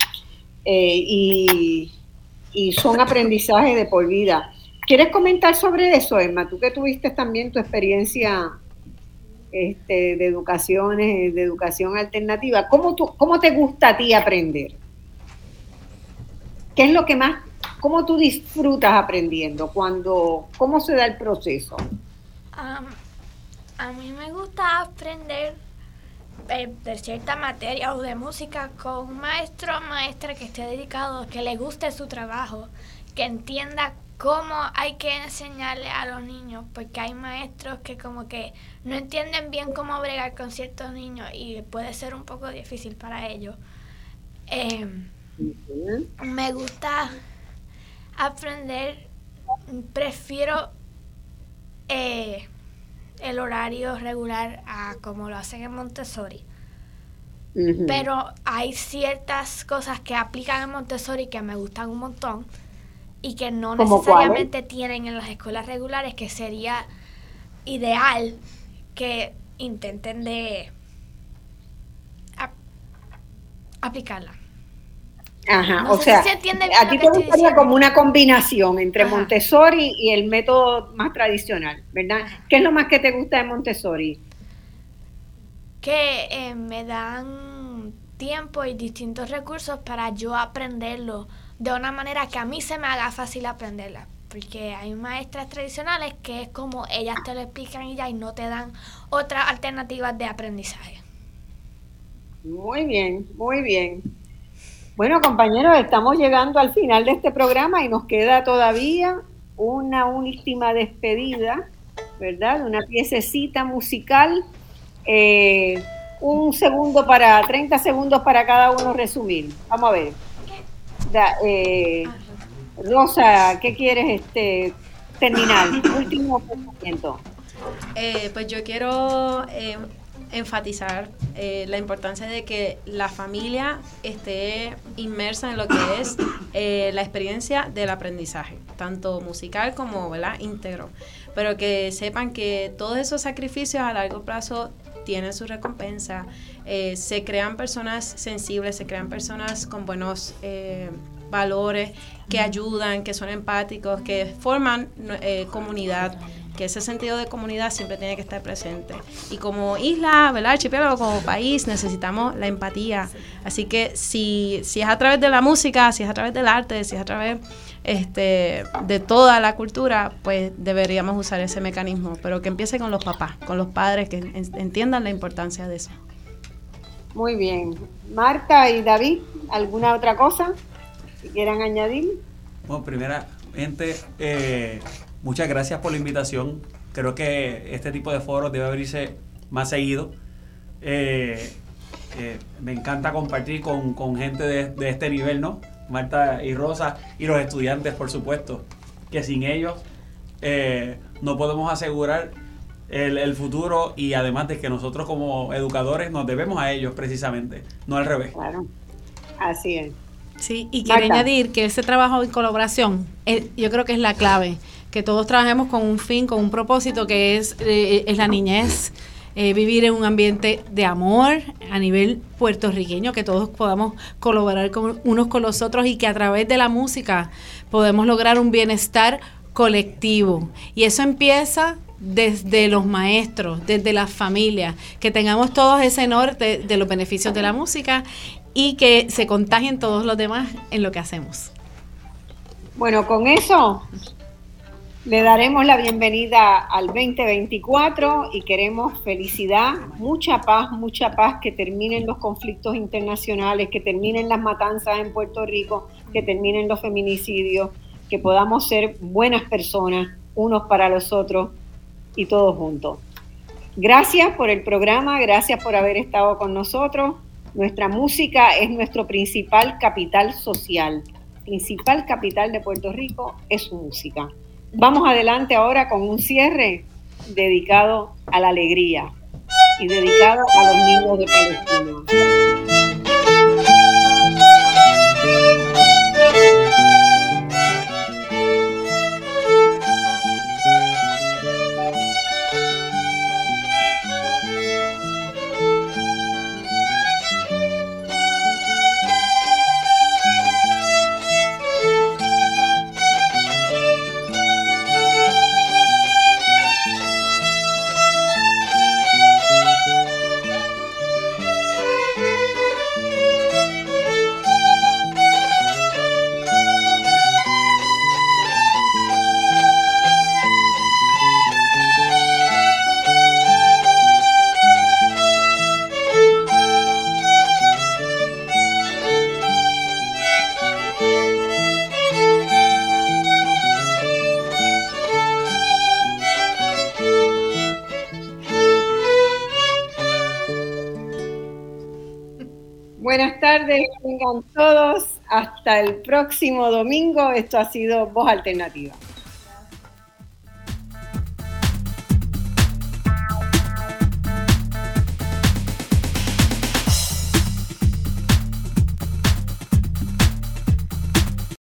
Y son aprendizajes de por vida. ¿Quieres comentar sobre eso, Emma? Tú que tuviste también tu experiencia de educación alternativa. ¿Cómo te gusta a ti aprender? ¿Qué es lo que más, cómo tú disfrutas aprendiendo? ¿Cómo se da el proceso? A mí me gusta aprender de cierta materia o de música con un maestro o maestra que esté dedicado, que le guste su trabajo, que entienda cómo hay que enseñarle a los niños, porque hay maestros que como que no entienden bien cómo bregar con ciertos niños y puede ser un poco difícil para ellos. Me gusta aprender, prefiero el horario regular a como lo hacen en Montessori. Uh-huh. Pero hay ciertas cosas que aplican en Montessori que me gustan un montón y que no necesariamente tienen en las escuelas regulares, que sería ideal que intenten de aplicarla. Ajá, no, o sea, a ti te gustaría como una combinación entre Montessori y el método más tradicional, ¿verdad? ¿Qué es lo más que te gusta de Montessori? Que me dan tiempo y distintos recursos para yo aprenderlo de una manera que a mí se me haga fácil aprenderla, porque hay maestras tradicionales que es como ellas te lo explican y ya, y no te dan otras alternativas de aprendizaje. Muy bien, muy bien. Bueno, compañeros, estamos llegando al final de este programa y nos queda todavía una última despedida, ¿verdad? Una piececita musical. 30 segundos para cada uno resumir. Vamos a ver. Rosa, ¿qué quieres terminar? Último pensamiento. Pues yo quiero enfatizar la importancia de que la familia esté inmersa en lo que es la experiencia del aprendizaje, tanto musical como, ¿verdad?, íntegro, pero que sepan que todos esos sacrificios a largo plazo tienen su recompensa. Se crean personas sensibles, se crean personas con buenos valores, que ayudan, que son empáticos, que forman comunidad. que ese sentido de comunidad siempre tiene que estar presente. Y como isla, ¿verdad? Archipiélago, como país, necesitamos la empatía. Así que si es a través de la música, si es a través del arte, si es a través de toda la cultura, pues deberíamos usar ese mecanismo, pero que empiece con los papás, con los padres, que entiendan la importancia de eso. Muy bien. Marta y David, ¿alguna otra cosa que quieran añadir? Bueno, primeramente, muchas gracias por la invitación. Creo que este tipo de foros debe abrirse más seguido. Me encanta compartir con gente de este nivel, ¿no? Marta y Rosa y los estudiantes, por supuesto, que sin ellos no podemos asegurar el futuro, y además de que nosotros como educadores nos debemos a ellos precisamente, no al revés. Claro, así es. Sí, y quiero añadir que ese trabajo en colaboración, yo creo que es la clave, que todos trabajemos con un fin, con un propósito, que es la niñez, vivir en un ambiente de amor a nivel puertorriqueño, que todos podamos colaborar unos con los otros y que a través de la música podemos lograr un bienestar colectivo. Y eso empieza desde los maestros, desde las familias, que tengamos todos ese norte de los beneficios de la música y que se contagien todos los demás en lo que hacemos. Bueno, con eso le daremos la bienvenida al 2024 y queremos felicidad, mucha paz, que terminen los conflictos internacionales, que terminen las matanzas en Puerto Rico, que terminen los feminicidios, que podamos ser buenas personas unos para los otros y todos juntos. Gracias por el programa, gracias por haber estado con nosotros. Nuestra música es nuestro principal capital social. Principal capital de Puerto Rico es su música. Vamos adelante ahora con un cierre dedicado a la alegría y dedicado a los niños de Palestina. Buenas tardes, vengan todos. Hasta el próximo domingo. Esto ha sido Voz Alternativa.